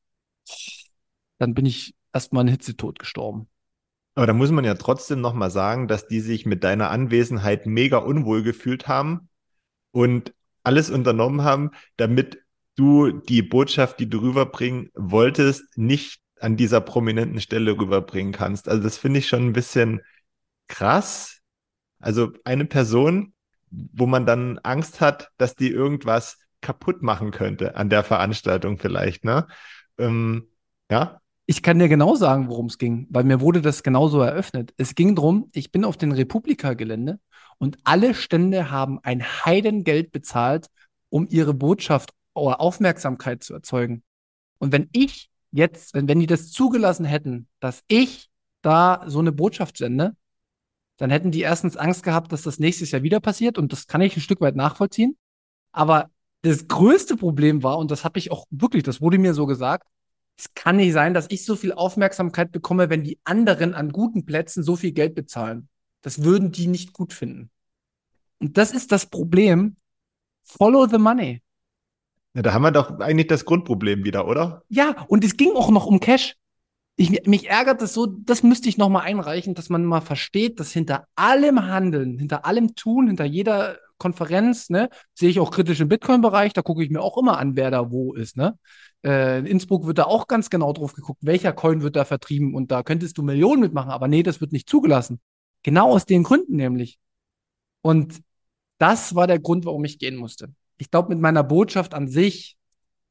dann bin ich erstmal in Hitzetod gestorben. Aber da muss man ja trotzdem nochmal sagen, dass die sich mit deiner Anwesenheit mega unwohl gefühlt haben und alles unternommen haben, damit du die Botschaft, die du rüberbringen wolltest, nicht an dieser prominenten Stelle rüberbringen kannst. Also das finde ich schon ein bisschen krass. Also eine Person, wo man dann Angst hat, dass die irgendwas kaputt machen könnte an der Veranstaltung vielleicht, ne? Ähm, ja. Ich kann dir genau sagen, worum es ging, weil mir wurde das genauso eröffnet. Es ging darum, ich bin auf dem Republika-Gelände und alle Stände haben ein Heidengeld bezahlt, um ihre Botschaft oder Aufmerksamkeit zu erzeugen. Und wenn ich jetzt, wenn, wenn die das zugelassen hätten, dass ich da so eine Botschaft sende, dann hätten die erstens Angst gehabt, dass das nächstes Jahr wieder passiert und das kann ich ein Stück weit nachvollziehen. Aber das größte Problem war, und das habe ich auch wirklich, das wurde mir so gesagt, es kann nicht sein, dass ich so viel Aufmerksamkeit bekomme, wenn die anderen an guten Plätzen so viel Geld bezahlen. Das würden die nicht gut finden. Und das ist das Problem. Follow the money. Ja, da haben wir doch eigentlich das Grundproblem wieder, oder? Ja, und es ging auch noch um Cash. Ich, mich ärgert das so, das müsste ich noch mal einreichen, dass man mal versteht, dass hinter allem Handeln, hinter allem Tun, hinter jeder Konferenz, ne, sehe ich auch kritisch im Bitcoin-Bereich, da gucke ich mir auch immer an, wer da wo ist, ne? Äh, in Innsbruck wird da auch ganz genau drauf geguckt, welcher Coin wird da vertrieben und da könntest du Millionen mitmachen, aber nee, das wird nicht zugelassen. Genau aus den Gründen nämlich. Und das war der Grund, warum ich gehen musste. Ich glaube, mit meiner Botschaft an sich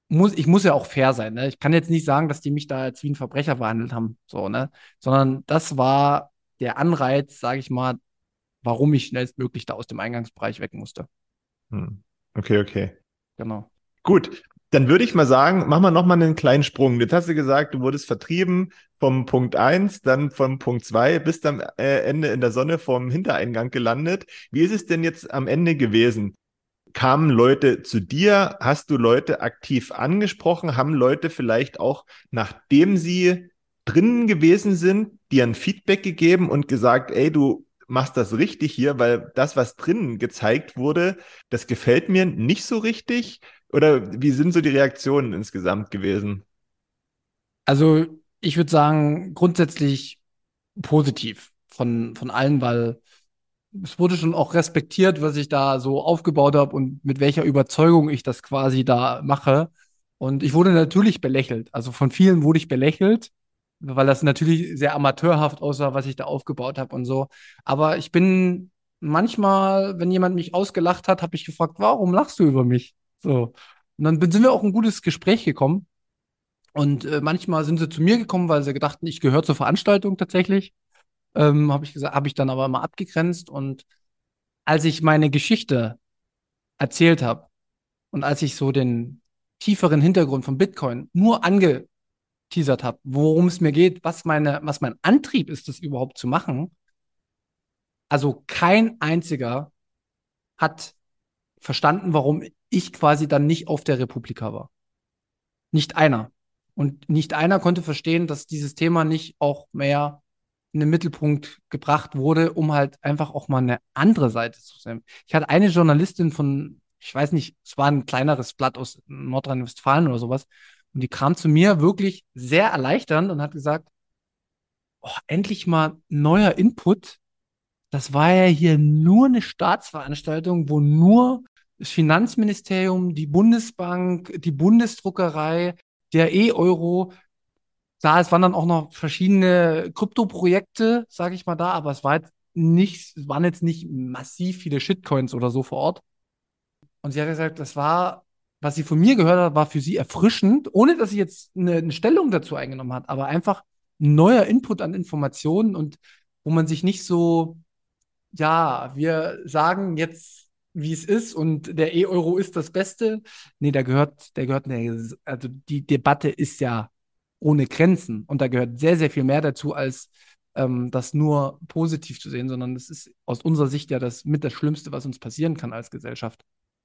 muss, ich muss ja auch fair sein, ne? Ich kann jetzt nicht sagen, dass die mich da jetzt wie ein Verbrecher behandelt haben, so, ne? Sondern das war der Anreiz, sage ich mal, warum ich schnellstmöglich da aus dem Eingangsbereich weg musste. Hm. Okay, okay. Genau. Gut, dann würde ich mal sagen, machen wir nochmal einen kleinen Sprung. Jetzt hast du gesagt, du wurdest vertrieben vom Punkt eins, dann vom Punkt zwei, bist am äh, Ende in der Sonne vorm Hintereingang gelandet. Wie ist es denn jetzt am Ende gewesen? Kamen Leute zu dir? Hast du Leute aktiv angesprochen? Haben Leute vielleicht auch, nachdem sie drinnen gewesen sind, dir ein Feedback gegeben und gesagt, ey, du machst das richtig hier, weil das, was drinnen gezeigt wurde, das gefällt mir nicht so richtig? Oder wie sind so die Reaktionen insgesamt gewesen? Also ich würde sagen, grundsätzlich positiv von, von allen, weil es wurde schon auch respektiert, was ich da so aufgebaut habe und mit welcher Überzeugung ich das quasi da mache. Und ich wurde natürlich belächelt. Also von vielen wurde ich belächelt, weil das natürlich sehr amateurhaft aussah, was ich da aufgebaut habe und so. Aber ich bin manchmal, wenn jemand mich ausgelacht hat, habe ich gefragt, warum lachst du über mich? So. Und dann bin- sind wir auch in ein gutes Gespräch gekommen. Und äh, manchmal sind sie zu mir gekommen, weil sie gedachten, ich gehöre zur Veranstaltung tatsächlich. Ähm, habe ich gesagt, habe ich dann aber mal abgegrenzt. Und als ich meine Geschichte erzählt habe und als ich so den tieferen Hintergrund von Bitcoin nur angeteasert habe, worum es mir geht, was meine, was mein Antrieb ist, das überhaupt zu machen, also kein einziger hat verstanden, warum ich quasi dann nicht auf der Republika war. Nicht einer. Und nicht einer konnte verstehen, dass dieses Thema nicht auch mehr in den Mittelpunkt gebracht wurde, um halt einfach auch mal eine andere Seite zu sehen. Ich hatte eine Journalistin von, ich weiß nicht, es war ein kleineres Blatt aus Nordrhein-Westfalen oder sowas, und die kam zu mir wirklich sehr erleichternd und hat gesagt, oh, endlich mal neuer Input. Das war ja hier nur eine Staatsveranstaltung, wo nur das Finanzministerium, die Bundesbank, die Bundesdruckerei, der E-Euro, da es waren dann auch noch verschiedene Krypto-Projekte, sage ich mal da, aber es war jetzt nicht, es waren jetzt nicht massiv viele Shitcoins oder so vor Ort. Und sie hat gesagt, das war, was sie von mir gehört hat, war für sie erfrischend, ohne dass sie jetzt eine, eine Stellung dazu eingenommen hat, aber einfach ein neuer Input an Informationen und wo man sich nicht so, ja, wir sagen jetzt, wie es ist und der E-Euro ist das Beste. Nee, da gehört, der gehört, eine, also die Debatte ist ja ohne Grenzen und da gehört sehr, sehr viel mehr dazu, als ähm, das nur positiv zu sehen, sondern es ist aus unserer Sicht ja das mit das Schlimmste, was uns passieren kann als Gesellschaft.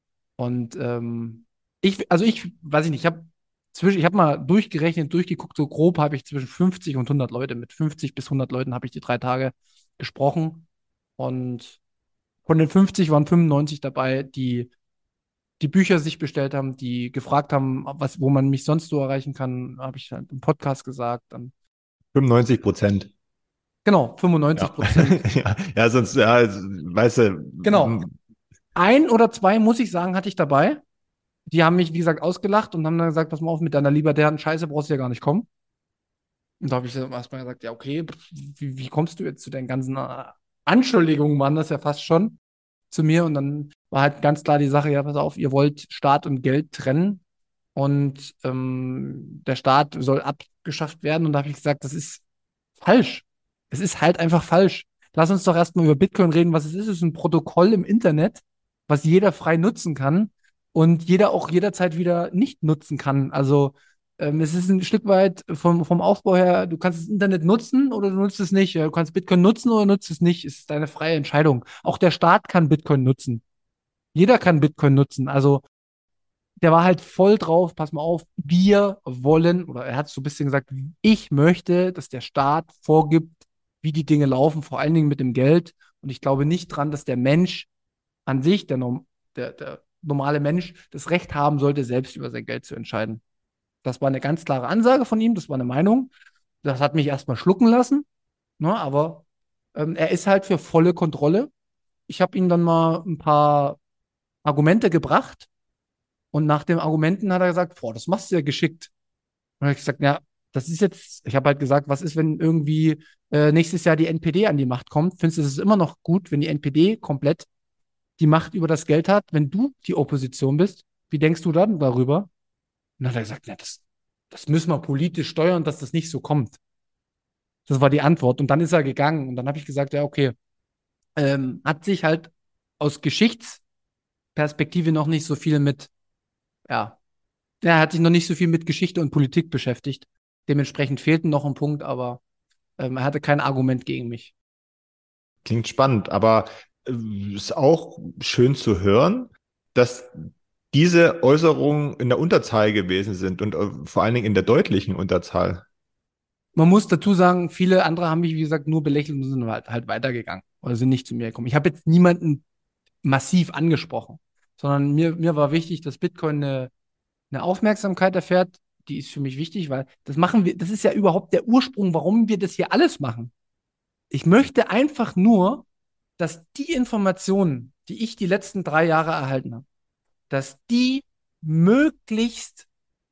Und ähm, ich, also ich, weiß ich nicht, ich habe zwischen, ich habe mal durchgerechnet, durchgeguckt, so grob habe ich zwischen fünfzig und hundert Leute. Mit fünfzig bis hundert Leuten habe ich die drei Tage gesprochen. Und von den fünfzig waren fünfundneunzig dabei, die die Bücher sich bestellt haben, die gefragt haben, was, wo man mich sonst so erreichen kann, habe ich halt im Podcast gesagt. Dann, fünfundneunzig Prozent. genau, fünfundneunzig Ja. Prozent. ja, ja, sonst, ja, weißt du, Genau. m- Ein oder zwei, muss ich sagen, hatte ich dabei. Die haben mich, wie gesagt, ausgelacht und haben dann gesagt, pass mal auf, mit deiner libertären Scheiße brauchst du ja gar nicht kommen. Und da habe ich erstmal gesagt, ja, okay, wie, wie kommst du jetzt zu den ganzen äh, Anschuldigungen, waren das ja fast schon, zu mir. Und dann war halt ganz klar die Sache, ja, pass auf, ihr wollt Staat und Geld trennen und ähm, der Staat soll abgeschafft werden. Und da habe ich gesagt, das ist falsch. Es ist halt einfach falsch. Lass uns doch erstmal über Bitcoin reden, was es ist. Es ist ein Protokoll im Internet, was jeder frei nutzen kann und jeder auch jederzeit wieder nicht nutzen kann. Also ähm, es ist ein Stück weit vom, vom Aufbau her, du kannst das Internet nutzen oder du nutzt es nicht. Ja, du kannst Bitcoin nutzen oder nutzt es nicht. Es ist deine freie Entscheidung. Auch der Staat kann Bitcoin nutzen. Jeder kann Bitcoin nutzen. Also der war halt voll drauf, pass mal auf, wir wollen, oder er hat so ein bisschen gesagt, ich möchte, dass der Staat vorgibt, wie die Dinge laufen, vor allen Dingen mit dem Geld. Und ich glaube nicht dran, dass der Mensch an sich, der, der, der normale Mensch, das Recht haben sollte, selbst über sein Geld zu entscheiden. Das war eine ganz klare Ansage von ihm, das war eine Meinung. Das hat mich erstmal schlucken lassen, ne, aber ähm, er ist halt für volle Kontrolle. Ich habe ihm dann mal ein paar Argumente gebracht und nach den Argumenten hat er gesagt, boah, das machst du ja geschickt. Und dann habe ich gesagt, ja, das ist jetzt, ich habe halt gesagt, was ist, wenn irgendwie äh, nächstes Jahr die N P D an die Macht kommt? Findest du es immer noch gut, wenn die N P D komplett die Macht über das Geld hat, wenn du die Opposition bist? Wie denkst du dann darüber? dann hat er gesagt, na, das, das müssen wir politisch steuern, dass das nicht so kommt. Das war die Antwort. Und dann ist er gegangen. Und dann habe ich gesagt, ja, okay, ähm, hat sich halt aus Geschichtsperspektive noch nicht so viel mit, ja, er hat sich noch nicht so viel mit Geschichte und Politik beschäftigt. Dementsprechend fehlten noch ein Punkt, aber ähm, er hatte kein Argument gegen mich. Klingt spannend, aber äh, ist auch schön zu hören, dass diese Äußerungen in der Unterzahl gewesen sind und äh, vor allen Dingen in der deutlichen Unterzahl. Man muss dazu sagen, viele andere haben mich, wie gesagt, nur belächelt und sind halt, halt weitergegangen oder sind nicht zu mir gekommen. Ich habe jetzt niemanden massiv angesprochen, sondern mir, mir war wichtig, dass Bitcoin eine, eine Aufmerksamkeit erfährt. Die ist für mich wichtig, weil das machen wir, das ist ja überhaupt der Ursprung, warum wir das hier alles machen. Ich möchte einfach nur, dass die Informationen, die ich die letzten drei Jahre erhalten habe, dass die möglichst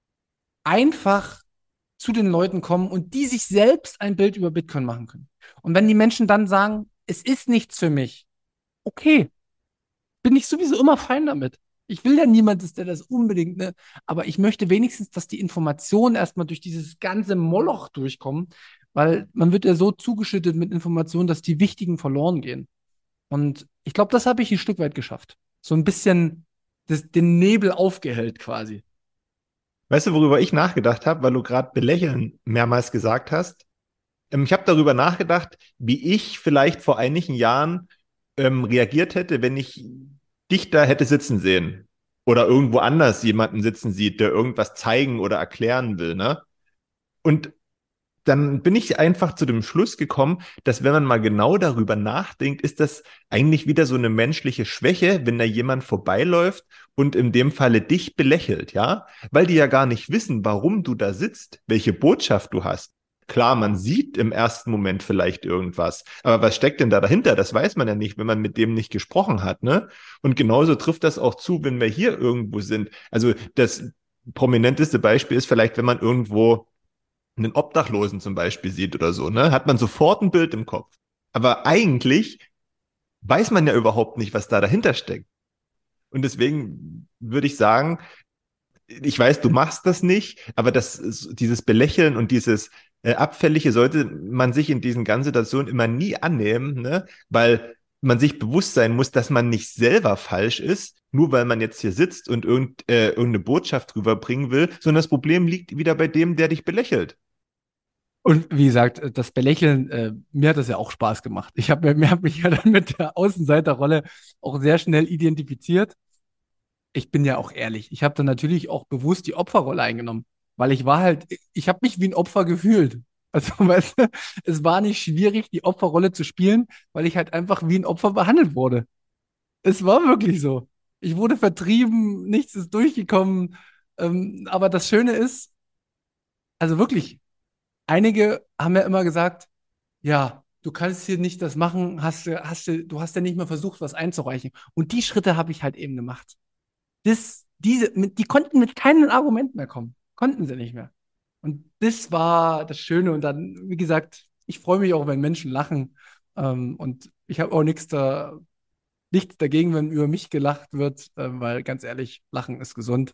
einfach zu den Leuten kommen und die sich selbst ein Bild über Bitcoin machen können. Und wenn die Menschen dann sagen, es ist nichts für mich, okay, bin ich sowieso immer fein damit. Ich will ja niemanden, der das unbedingt, ne? Aber ich möchte wenigstens, dass die Informationen erstmal durch dieses ganze Moloch durchkommen, weil man wird ja so zugeschüttet mit Informationen, dass die wichtigen verloren gehen. Und ich glaube, das habe ich ein Stück weit geschafft. So ein bisschen das, den Nebel aufgehellt quasi. Weißt du, worüber ich nachgedacht habe, weil du gerade belächeln mehrmals gesagt hast? Ähm, ich habe darüber nachgedacht, wie ich vielleicht vor einigen Jahren ähm, reagiert hätte, wenn ich dich da hätte sitzen sehen oder irgendwo anders jemanden sitzen sieht, der irgendwas zeigen oder erklären will, ne? Und dann bin ich einfach zu dem Schluss gekommen, dass wenn man mal genau darüber nachdenkt, ist das eigentlich wieder so eine menschliche Schwäche, wenn da jemand vorbeiläuft und in dem Falle dich belächelt, ja? Weil die ja gar nicht wissen, warum du da sitzt, welche Botschaft du hast. Klar, man sieht im ersten Moment vielleicht irgendwas, aber was steckt denn da dahinter? Das weiß man ja nicht, wenn man mit dem nicht gesprochen hat, ne? Und genauso trifft das auch zu, wenn wir hier irgendwo sind. Also das prominenteste Beispiel ist vielleicht, wenn man irgendwo einen Obdachlosen zum Beispiel sieht oder so, ne, hat man sofort ein Bild im Kopf. Aber eigentlich weiß man ja überhaupt nicht, was da dahinter steckt. Und deswegen würde ich sagen, ich weiß, du machst das nicht, aber das, dieses Belächeln und dieses äh, Abfällige sollte man sich in diesen ganzen Situationen immer nie annehmen, ne, weil man sich bewusst sein muss, dass man nicht selber falsch ist, nur weil man jetzt hier sitzt und irgend, äh, irgendeine Botschaft rüberbringen will, sondern das Problem liegt wieder bei dem, der dich belächelt. Und wie gesagt, das Belächeln, äh, mir hat das ja auch Spaß gemacht. Ich habe mir hab mich ja dann mit der Außenseiterrolle auch sehr schnell identifiziert. Ich bin ja auch ehrlich. Ich habe dann natürlich auch bewusst die Opferrolle eingenommen, weil ich war halt, ich habe mich wie ein Opfer gefühlt. Also, weißt du, es war nicht schwierig, die Opferrolle zu spielen, weil ich halt einfach wie ein Opfer behandelt wurde. Es war wirklich so. Ich wurde vertrieben, nichts ist durchgekommen. Ähm, aber das Schöne ist, also wirklich, einige haben ja immer gesagt, ja, du kannst hier nicht das machen, hast, du- hast, du du hast ja nicht mal versucht, was einzureichen. Und die Schritte habe ich halt eben gemacht. Das, diese, mit, die konnten mit keinem Argument mehr kommen. Konnten sie nicht mehr. Und das war das Schöne. Und dann, wie gesagt, ich freue mich auch, wenn Menschen lachen. Ähm, und ich habe auch nichts da, nichts dagegen, wenn über mich gelacht wird, äh, weil ganz ehrlich, Lachen ist gesund.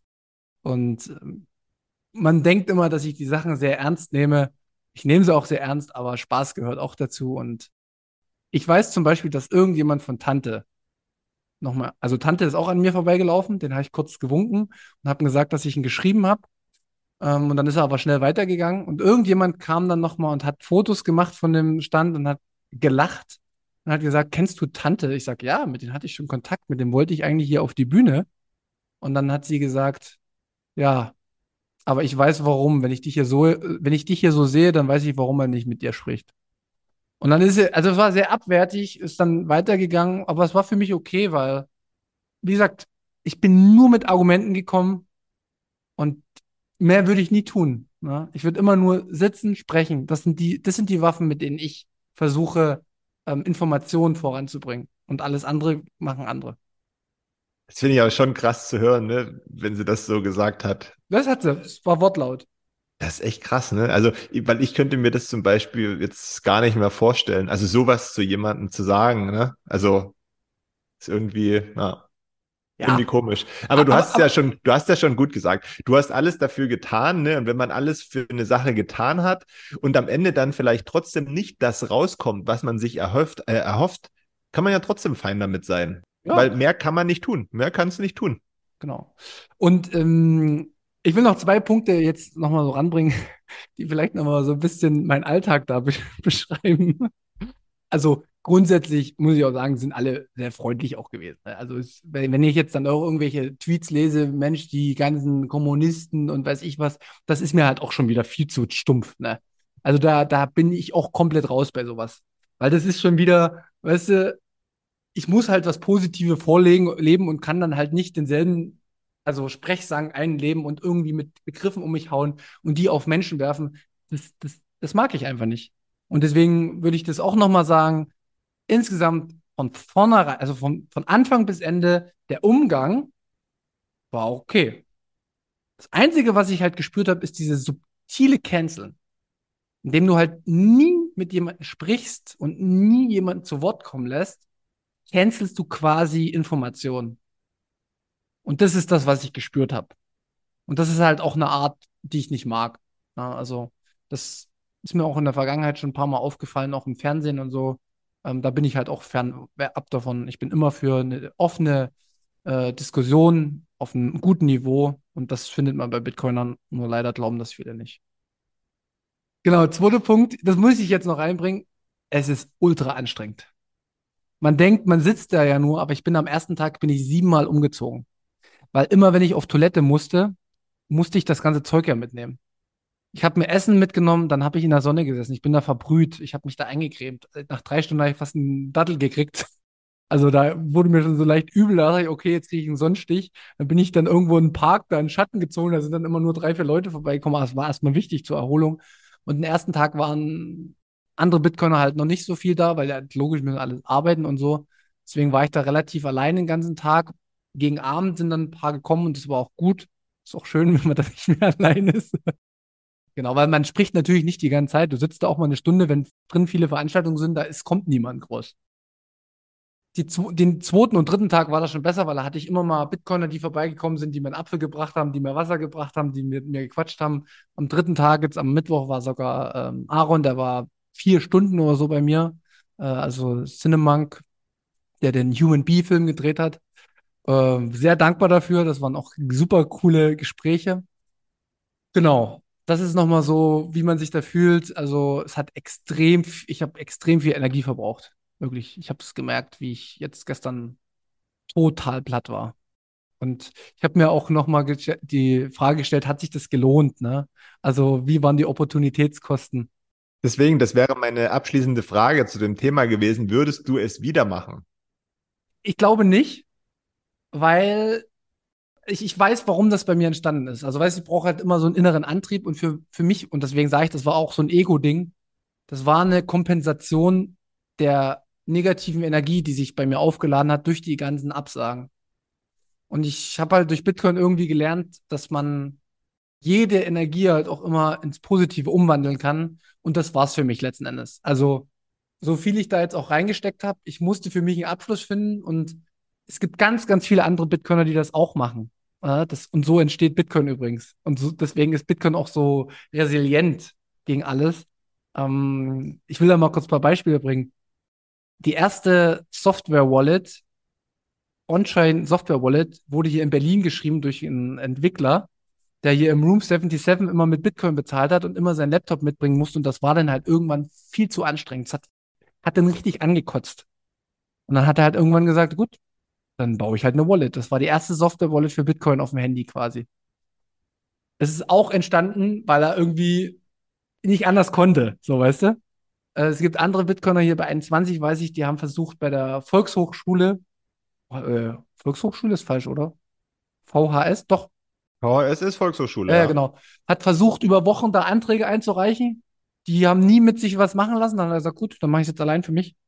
Und ähm, man denkt immer, dass ich die Sachen sehr ernst nehme. Ich nehme sie auch sehr ernst, aber Spaß gehört auch dazu. Und ich weiß zum Beispiel, dass irgendjemand von Tante nochmal, also Tante ist auch an mir vorbeigelaufen, den habe ich kurz gewunken und habe gesagt, dass ich ihn geschrieben habe. Ähm, und dann ist er aber schnell weitergegangen. Und irgendjemand kam dann nochmal und hat Fotos gemacht von dem Stand und hat gelacht und hat gesagt, kennst du Tante? Ich sage, ja, mit dem hatte ich schon Kontakt, mit dem wollte ich eigentlich hier auf die Bühne. Und dann hat sie gesagt, ja, aber ich weiß warum. Wenn ich dich hier so, wenn ich dich hier so sehe, dann weiß ich, warum er nicht mit dir spricht. Und dann ist er, also es war sehr abwertig, ist dann weitergegangen, aber es war für mich okay, weil, wie gesagt, ich bin nur mit Argumenten gekommen und mehr würde ich nie tun. Ne? Ich würde immer nur sitzen, sprechen. Das sind die, das sind die Waffen, mit denen ich versuche, ähm, Informationen voranzubringen. Und alles andere machen andere. Das finde ich aber schon krass zu hören, ne, wenn sie das so gesagt hat. Das hat sie, es war Wortlaut. Das ist echt krass, ne? Also, weil ich könnte mir das zum Beispiel jetzt gar nicht mehr vorstellen. Also sowas zu jemandem zu sagen, ne? Also ist irgendwie, ja. Irgendwie Ja, komisch. Aber du aber, hast es ja aber schon, du hast ja schon gut gesagt. Du hast alles dafür getan, ne? Und wenn man alles für eine Sache getan hat und am Ende dann vielleicht trotzdem nicht das rauskommt, was man sich erhofft, äh, erhofft, kann man ja trotzdem fein damit sein. ja, Weil mehr kann man nicht tun. Mehr kannst du nicht tun. genau. Und ähm, ich will noch zwei Punkte jetzt nochmal so ranbringen, die vielleicht nochmal so ein bisschen meinen Alltag da be beschreiben. Also grundsätzlich muss ich auch sagen, sind alle sehr freundlich auch gewesen. Ne? Also es, wenn, wenn ich jetzt dann auch irgendwelche Tweets lese, Mensch, die ganzen Kommunisten und weiß ich was, das ist mir halt auch schon wieder viel zu stumpf. Ne? Also da, da bin ich auch komplett raus bei sowas. Weil das ist schon wieder, weißt du, ich muss halt das Positive vorlegen, leben und kann dann halt nicht denselben, also Sprechsang einleben und irgendwie mit Begriffen um mich hauen und die auf Menschen werfen. Das, das, das mag ich einfach nicht. Und deswegen würde ich das auch nochmal sagen, insgesamt von vornherein, also von, von Anfang bis Ende, der Umgang war auch okay. Das Einzige, was ich halt gespürt habe, ist dieses subtile Canceln, indem du halt nie mit jemandem sprichst und nie jemanden zu Wort kommen lässt, cancelst du quasi Informationen. Und das ist das, was ich gespürt habe. Und das ist halt auch eine Art, die ich nicht mag. Ja, also, das ist mir auch in der Vergangenheit schon ein paar Mal aufgefallen, auch im Fernsehen und so. Ähm, da bin ich halt auch fern ab davon. Ich bin immer für eine offene äh, Diskussion auf einem guten Niveau. Und das findet man bei Bitcoinern. Nur leider glauben das viele nicht. Genau, zweiter Punkt, das muss ich jetzt noch reinbringen. Es ist ultra anstrengend. Man denkt, man sitzt da ja nur, aber ich bin am ersten Tag bin ich siebenmal umgezogen. Weil immer, wenn ich auf Toilette musste, musste ich das ganze Zeug ja mitnehmen. Ich habe mir Essen mitgenommen, dann habe ich in der Sonne gesessen. Ich bin da verbrüht. Ich habe mich da eingecremt. Nach drei Stunden habe ich fast einen Dattel gekriegt. Also da wurde mir schon so leicht übel. Da dachte ich, okay, jetzt kriege ich einen Sonnenstich. Dann bin ich dann irgendwo in den Park, da in den Schatten gezogen. Da sind dann immer nur drei, vier Leute vorbeigekommen. Aber es war erstmal wichtig zur Erholung. Und den ersten Tag waren andere Bitcoiner halt noch nicht so viel da, weil ja logisch müssen alle arbeiten und so. Deswegen war ich da relativ allein den ganzen Tag. Gegen Abend sind dann ein paar gekommen und das war auch gut. Ist auch schön, wenn man da nicht mehr allein ist. Genau, weil man spricht natürlich nicht die ganze Zeit. Du sitzt da auch mal eine Stunde, wenn drin viele Veranstaltungen sind, da ist, kommt niemand groß. Die, den zweiten und dritten Tag war das schon besser, weil da hatte ich immer mal Bitcoiner, die vorbeigekommen sind, die mir einen Apfel gebracht haben, die mir Wasser gebracht haben, die mit mir gequatscht haben. Am dritten Tag, jetzt am Mittwoch, war sogar ähm, Aaron, der war vier Stunden oder so bei mir. Äh, also Cinemonk, der den Human Bee-Film gedreht hat. Äh, sehr dankbar dafür. Das waren auch super coole Gespräche. Genau. Das ist nochmal so, wie man sich da fühlt. Also es hat extrem, ich habe extrem viel Energie verbraucht. Wirklich. Ich habe es gemerkt, wie ich jetzt gestern total platt war. Und ich habe mir auch nochmal die Frage gestellt, hat sich das gelohnt, ne? Also wie waren die Opportunitätskosten? Deswegen, das wäre meine abschließende Frage zu dem Thema gewesen. Würdest du es wieder machen? Ich glaube nicht, weil ich, ich weiß, warum das bei mir entstanden ist. Also weißt du, ich brauche halt immer so einen inneren Antrieb und für, für mich, und deswegen sage ich, das war auch so ein Ego-Ding, das war eine Kompensation der negativen Energie, die sich bei mir aufgeladen hat durch die ganzen Absagen. Und ich habe halt durch Bitcoin irgendwie gelernt, dass man jede Energie halt auch immer ins Positive umwandeln kann. Und das war's für mich letzten Endes. Also, so viel ich da jetzt auch reingesteckt habe, ich musste für mich einen Abschluss finden. Und es gibt ganz, ganz viele andere Bitcoiner, die das auch machen. Ja, das, und so entsteht Bitcoin übrigens. Und so, deswegen ist Bitcoin auch so resilient gegen alles. Ähm, ich will da mal kurz ein paar Beispiele bringen. Die erste Software-Wallet, On-Chain Software-Wallet, wurde hier in Berlin geschrieben durch einen Entwickler, der hier im Room siebenundsiebzig immer mit Bitcoin bezahlt hat und immer seinen Laptop mitbringen musste. Und das war dann halt irgendwann viel zu anstrengend. Das hat, hat dann richtig angekotzt. Und dann hat er halt irgendwann gesagt, gut, dann baue ich halt eine Wallet. Das war die erste Software-Wallet für Bitcoin auf dem Handy quasi. Es ist auch entstanden, weil er irgendwie nicht anders konnte, so weißt du. Äh, Es gibt andere Bitcoiner hier bei einundzwanzig, weiß ich, die haben versucht bei der Volkshochschule, äh, Volkshochschule ist falsch, oder? V H S, doch, Oh, es ist Volkshochschule, ja, ja, ja. genau. Hat versucht, über Wochen da Anträge einzureichen. Die haben nie mit sich was machen lassen. Dann hat er gesagt, gut, dann mache ich es jetzt allein für mich.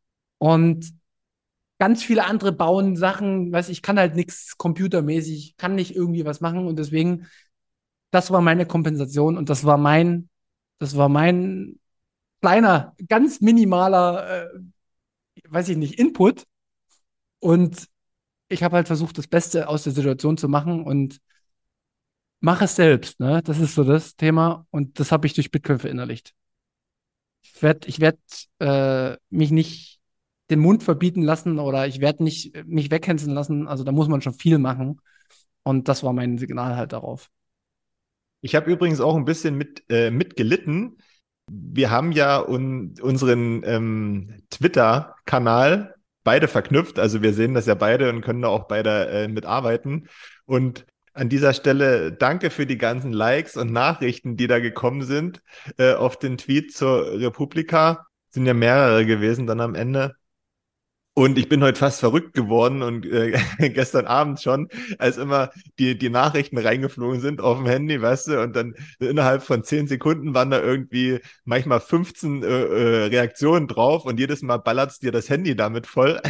Und ganz viele andere bauen Sachen, weiß ich, kann halt nichts computermäßig, kann nicht irgendwie was machen. Und deswegen, das war meine Kompensation und das war mein, das war mein kleiner, ganz minimaler, äh, weiß ich nicht, Input. Und ich habe halt versucht, das Beste aus der Situation zu machen und mache es selbst, ne? Das ist so das Thema und das habe ich durch Bitcoin verinnerlicht. Ich werde ich werd, äh, mich nicht den Mund verbieten lassen oder ich werde nicht äh, mich weghänseln lassen. Also da muss man schon viel machen und das war mein Signal halt darauf. Ich habe übrigens auch ein bisschen mit, äh, mitgelitten. Wir haben ja un unseren ähm, Twitter-Kanal beide verknüpft. Also wir sehen das ja beide und können da auch beide äh, mitarbeiten. Und an dieser Stelle danke für die ganzen Likes und Nachrichten, die da gekommen sind äh, auf den Tweet zur Republika. Sind ja mehrere gewesen dann am Ende. Und ich bin heute fast verrückt geworden und äh, gestern Abend schon, als immer die, die Nachrichten reingeflogen sind auf dem Handy, weißt du, und dann innerhalb von zehn Sekunden waren da irgendwie manchmal fünfzehn äh, äh, Reaktionen drauf und jedes Mal ballert's dir das Handy damit voll.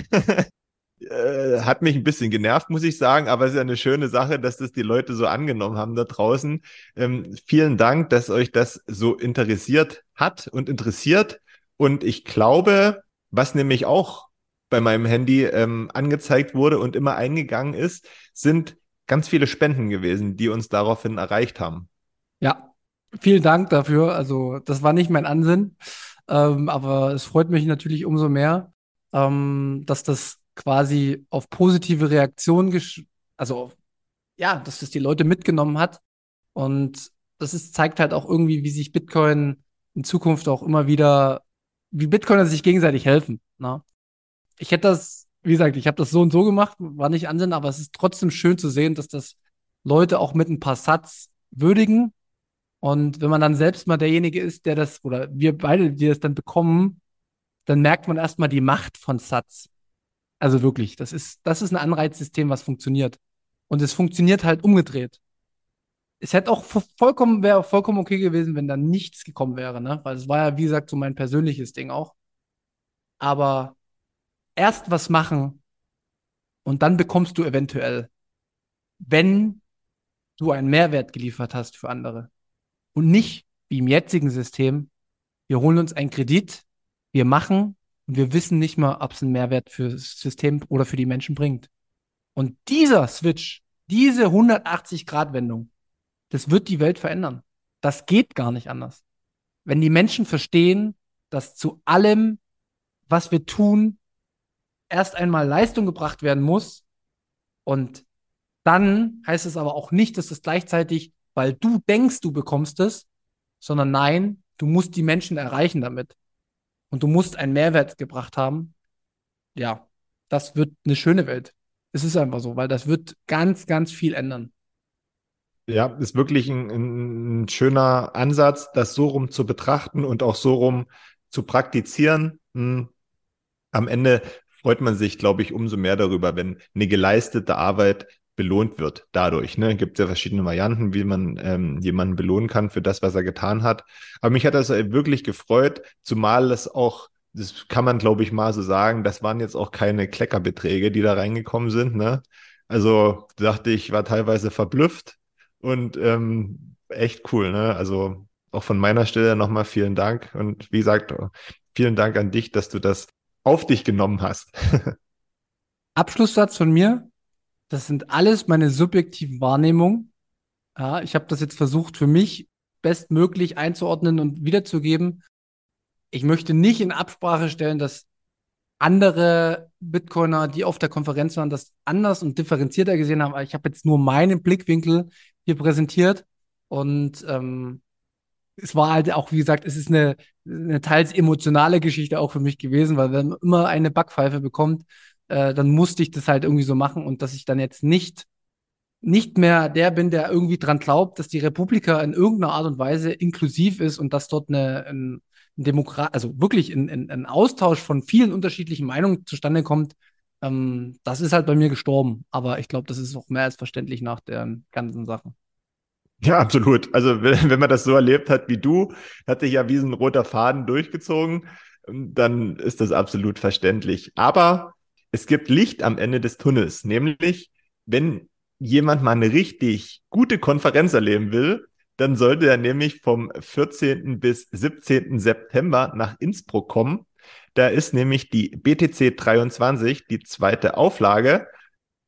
Äh, hat mich ein bisschen genervt, muss ich sagen, aber es ist ja eine schöne Sache, dass das die Leute so angenommen haben da draußen. Ähm, vielen Dank, dass euch das so interessiert hat und interessiert. Und ich glaube, was nämlich auch bei meinem Handy ähm, angezeigt wurde und immer eingegangen ist, sind ganz viele Spenden gewesen, die uns daraufhin erreicht haben. Ja, vielen Dank dafür. Also das war nicht mein Ansinn, ähm, aber es freut mich natürlich umso mehr, ähm, dass das quasi auf positive Reaktionen, gesch- also auf, ja, dass das die Leute mitgenommen hat. Und das ist, zeigt halt auch irgendwie, wie sich Bitcoin in Zukunft auch immer wieder, wie Bitcoiner sich gegenseitig helfen. Ne? Ich hätte das, wie gesagt, ich habe das so und so gemacht, war nicht Ansinn, aber es ist trotzdem schön zu sehen, dass das Leute auch mit ein paar Satz würdigen. Und wenn man dann selbst mal derjenige ist, der das, oder wir beide, die das dann bekommen, dann merkt man erstmal die Macht von Satz. Also wirklich, das ist, das ist ein Anreizsystem, was funktioniert. Und es funktioniert halt umgedreht. Es hätte auch vo- vollkommen, wäre auch vollkommen okay gewesen, wenn da nichts gekommen wäre, ne? Weil es war ja, wie gesagt, so mein persönliches Ding auch. Aber erst was machen und dann bekommst du eventuell, wenn du einen Mehrwert geliefert hast für andere. Und nicht wie im jetzigen System, wir holen uns einen Kredit, wir machen und wir wissen nicht mal, ob es einen Mehrwert für das System oder für die Menschen bringt. Und dieser Switch, diese hundertachtzig-Grad-Wendung, das wird die Welt verändern. Das geht gar nicht anders. Wenn die Menschen verstehen, dass zu allem, was wir tun, erst einmal Leistung gebracht werden muss und dann heißt es aber auch nicht, dass es gleichzeitig, weil du denkst, du bekommst es, sondern nein, du musst die Menschen erreichen damit. Und du musst einen Mehrwert gebracht haben. Ja, das wird eine schöne Welt. Es ist einfach so, weil das wird ganz, ganz viel ändern. Ja, ist wirklich ein, ein schöner Ansatz, das so rum zu betrachten und auch so rum zu praktizieren. Hm. Am Ende freut man sich, glaube ich, umso mehr darüber, wenn eine geleistete Arbeit belohnt wird dadurch. Ne? Gibt es ja verschiedene Varianten, wie man ähm, jemanden belohnen kann für das, was er getan hat. Aber mich hat das wirklich gefreut, zumal es auch, das kann man, glaube ich, mal so sagen, das waren jetzt auch keine Kleckerbeträge, die da reingekommen sind. Ne? Also dachte ich, war teilweise verblüfft und ähm, echt cool. Ne? Also auch von meiner Stelle nochmal vielen Dank. Und wie gesagt, vielen Dank an dich, dass du das auf dich genommen hast. Abschlusssatz von mir, das sind alles meine subjektiven Wahrnehmungen. Ja, ich habe das jetzt versucht, für mich bestmöglich einzuordnen und wiederzugeben. Ich möchte nicht in Absprache stellen, dass andere Bitcoiner, die auf der Konferenz waren, das anders und differenzierter gesehen haben. Aber ich habe jetzt nur meinen Blickwinkel hier präsentiert. Und ähm, es war halt auch, wie gesagt, es ist eine, eine teils emotionale Geschichte auch für mich gewesen, weil wenn man immer eine Backpfeife bekommt, äh, dann musste ich das halt irgendwie so machen und dass ich dann jetzt nicht nicht mehr der bin, der irgendwie dran glaubt, dass die Republika in irgendeiner Art und Weise inklusiv ist und dass dort eine, ein, ein Demokrat, also wirklich ein, ein, ein Austausch von vielen unterschiedlichen Meinungen zustande kommt, ähm, das ist halt bei mir gestorben. Aber ich glaube, das ist auch mehr als verständlich nach der ganzen Sache. Ja, absolut. Also wenn, wenn man das so erlebt hat wie du, hat sich ja wie so ein roter Faden durchgezogen, ähm, dann ist das absolut verständlich. Aber es gibt Licht am Ende des Tunnels, nämlich wenn jemand mal eine richtig gute Konferenz erleben will, dann sollte er nämlich vom vierzehnten bis siebzehnten September nach Innsbruck kommen. Da ist nämlich die B T C dreiundzwanzig, die zweite Auflage.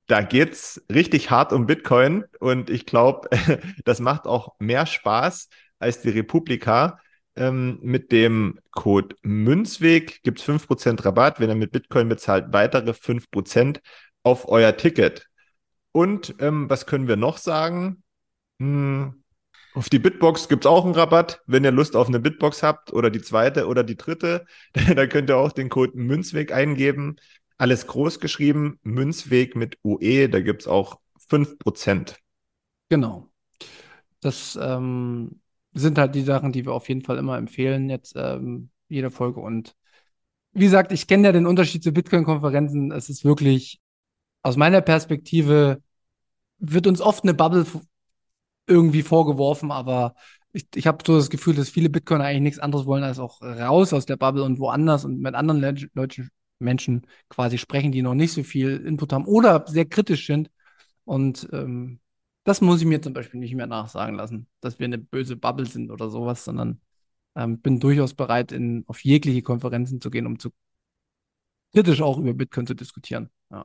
da geht's richtig hart um Bitcoin und ich glaube, das macht auch mehr Spaß als die Republika. Ähm, mit dem Code Münzweg gibt es fünf Prozent Rabatt, wenn ihr mit Bitcoin bezahlt, weitere fünf Prozent auf euer Ticket. Und ähm, was können wir noch sagen? Hm, auf die Bitbox gibt es auch einen Rabatt. Wenn ihr Lust auf eine Bitbox habt oder die zweite oder die dritte, dann könnt ihr auch den Code Münzweg eingeben. Alles groß geschrieben, Münzweg mit U E, da gibt es auch fünf Prozent. Genau. Das ähm, sind halt die Sachen, die wir auf jeden Fall immer empfehlen, jetzt ähm, jede Folge. Und wie gesagt, ich kenne ja den Unterschied zu Bitcoin-Konferenzen. Es ist wirklich, aus meiner Perspektive, wird uns oft eine Bubble irgendwie vorgeworfen, aber ich, ich habe so das Gefühl, dass viele Bitcoiner eigentlich nichts anderes wollen, als auch raus aus der Bubble und woanders und mit anderen Le Leuten, Menschen quasi sprechen, die noch nicht so viel Input haben oder sehr kritisch sind. Und ähm, das muss ich mir zum Beispiel nicht mehr nachsagen lassen, dass wir eine böse Bubble sind oder sowas, sondern ähm, bin durchaus bereit, in, auf jegliche Konferenzen zu gehen, um zu kritisch auch über Bitcoin zu diskutieren. Ja.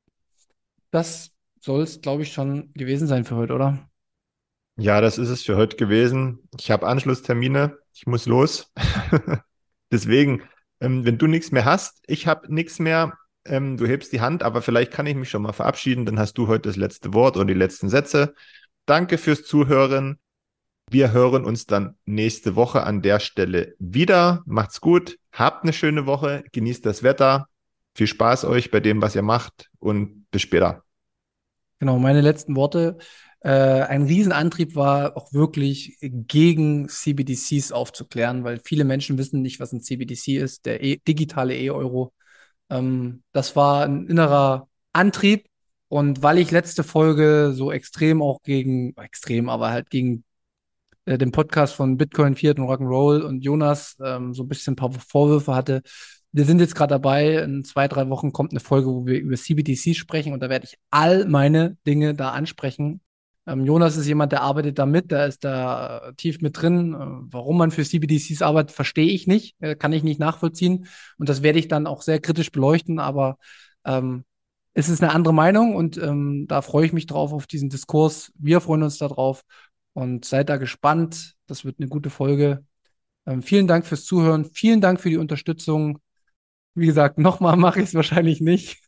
Das soll es, glaube ich, schon gewesen sein für heute, oder? Ja, das ist es für heute gewesen. Ich habe Anschlusstermine, ich muss los. Deswegen, ähm, wenn du nichts mehr hast, ich habe nichts mehr, ähm, du hebst die Hand, aber vielleicht kann ich mich schon mal verabschieden, dann hast du heute das letzte Wort oder die letzten Sätze. Danke fürs Zuhören. Wir hören uns dann nächste Woche an der Stelle wieder. Macht's gut, habt eine schöne Woche, genießt das Wetter. Viel Spaß euch bei dem, was ihr macht und bis später. Genau, meine letzten Worte. Äh, ein Riesenantrieb war auch wirklich gegen C B D Cs aufzuklären, weil viele Menschen wissen nicht, was ein C B D C ist, der e digitale E-Euro. Ähm, das war ein innerer Antrieb und weil ich letzte Folge so extrem auch gegen, extrem, aber halt gegen äh, den Podcast von Bitcoin, Fiat und Rock'n'Roll und Jonas ähm, so ein bisschen ein paar Vorwürfe hatte. Wir sind jetzt gerade dabei, in zwei, drei Wochen kommt eine Folge, wo wir über C B D C sprechen und da werde ich all meine Dinge da ansprechen. Ähm, Jonas ist jemand, der arbeitet da mit, der ist da tief mit drin. Äh, warum man für C B D Cs arbeitet, verstehe ich nicht, äh, kann ich nicht nachvollziehen und das werde ich dann auch sehr kritisch beleuchten, aber ähm, es ist eine andere Meinung und ähm, da freue ich mich drauf auf diesen Diskurs. Wir freuen uns darauf und seid da gespannt. Das wird eine gute Folge. Ähm, vielen Dank fürs Zuhören, vielen Dank für die Unterstützung. Wie gesagt, nochmal mache ich es wahrscheinlich nicht.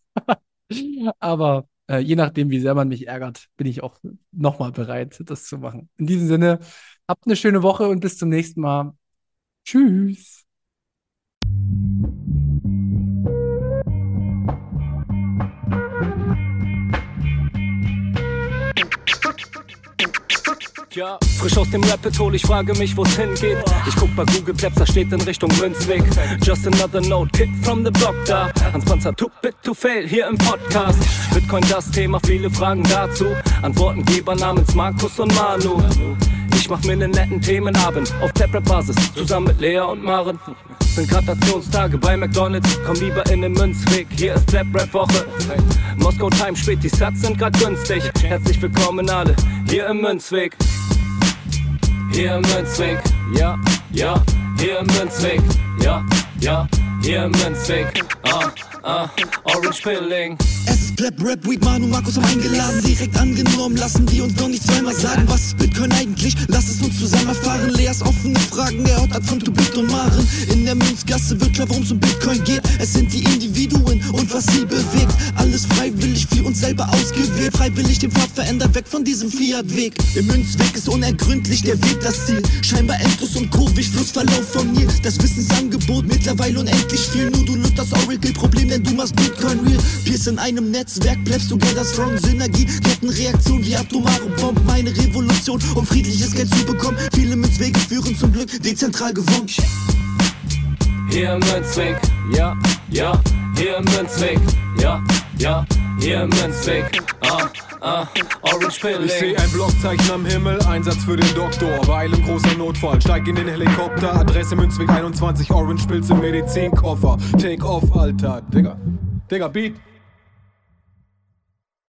Aber äh, je nachdem, wie sehr man mich ärgert, bin ich auch nochmal bereit, das zu machen. In diesem Sinne, habt eine schöne Woche und bis zum nächsten Mal. Tschüss. Ja, frisch aus dem Rapid-Hole, ich frage mich, wo's hingeht. Ich guck bei Google Maps, da steht in Richtung Münzweg. Just another note, Kid from the Block da. Hans Panzer, too big to fail, hier im Podcast. Bitcoin das Thema, viele Fragen dazu. Antwortengeber namens Markus und Manu. Ich mach mir nen netten Themenabend auf Pep-Rap-Basis, zusammen mit Lea und Maren. Sind Gratationstage bei McDonalds, komm lieber in den Münzweg, hier ist Plap-Rap-Woche. Moskau Time spät, die Sats sind grad günstig. Herzlich willkommen alle, hier im Münzweg. Hier im Münzweg, ja, ja, hier im Münzweg, ja, ja, hier im Münzweg, ah, ah, Orange Pilling. Es ist Plap Rap Week, Manu, Markus haben eingeladen, direkt angenommen, lassen wir uns noch nicht zweimal sagen, was ist Bitcoin eigentlich, lass es uns zusammen erfahren, Leas offene Fragen, erörtert von Tubit und Maren, in der Münzgasse wird klar, worum es um Bitcoin geht, es sind die Individuen und was sie bewegt, alles freiwillig für uns selber ausgewählt, freiwillig den Pfad verändert, weg von diesem Fiat-Weg, im Münzweg ist unergründlich der Weg das Ziel, scheinbar endlos und kurvig, Flussverlauf von Nil, das Wissensangebot mittlerweile unendlich viel, nur du löst das Oracle-Problem, denn du machst Bitcoin real, Peers in einem Netzwerk, bleibst together strong, Synergie, Kettenreaktion wie atomare Bomben, meine Revolution, um friedliches Geld zu bekommen, viele Münzwege führen zum Glück, dezentral gewonnen. Hier im Münzweg, ja, ja, hier im Münzweg, ja, ja, hier im Münzweg, ah, ah, Orange Pilling. Ich seh ein Blockzeichen am Himmel, Einsatz für den Doktor, weil im großer Notfall, steig in den Helikopter, Adresse Münzweg einundzwanzig, Orange Pilz im Medizinkoffer, Take off, Alter, Digga, Digga, Beat.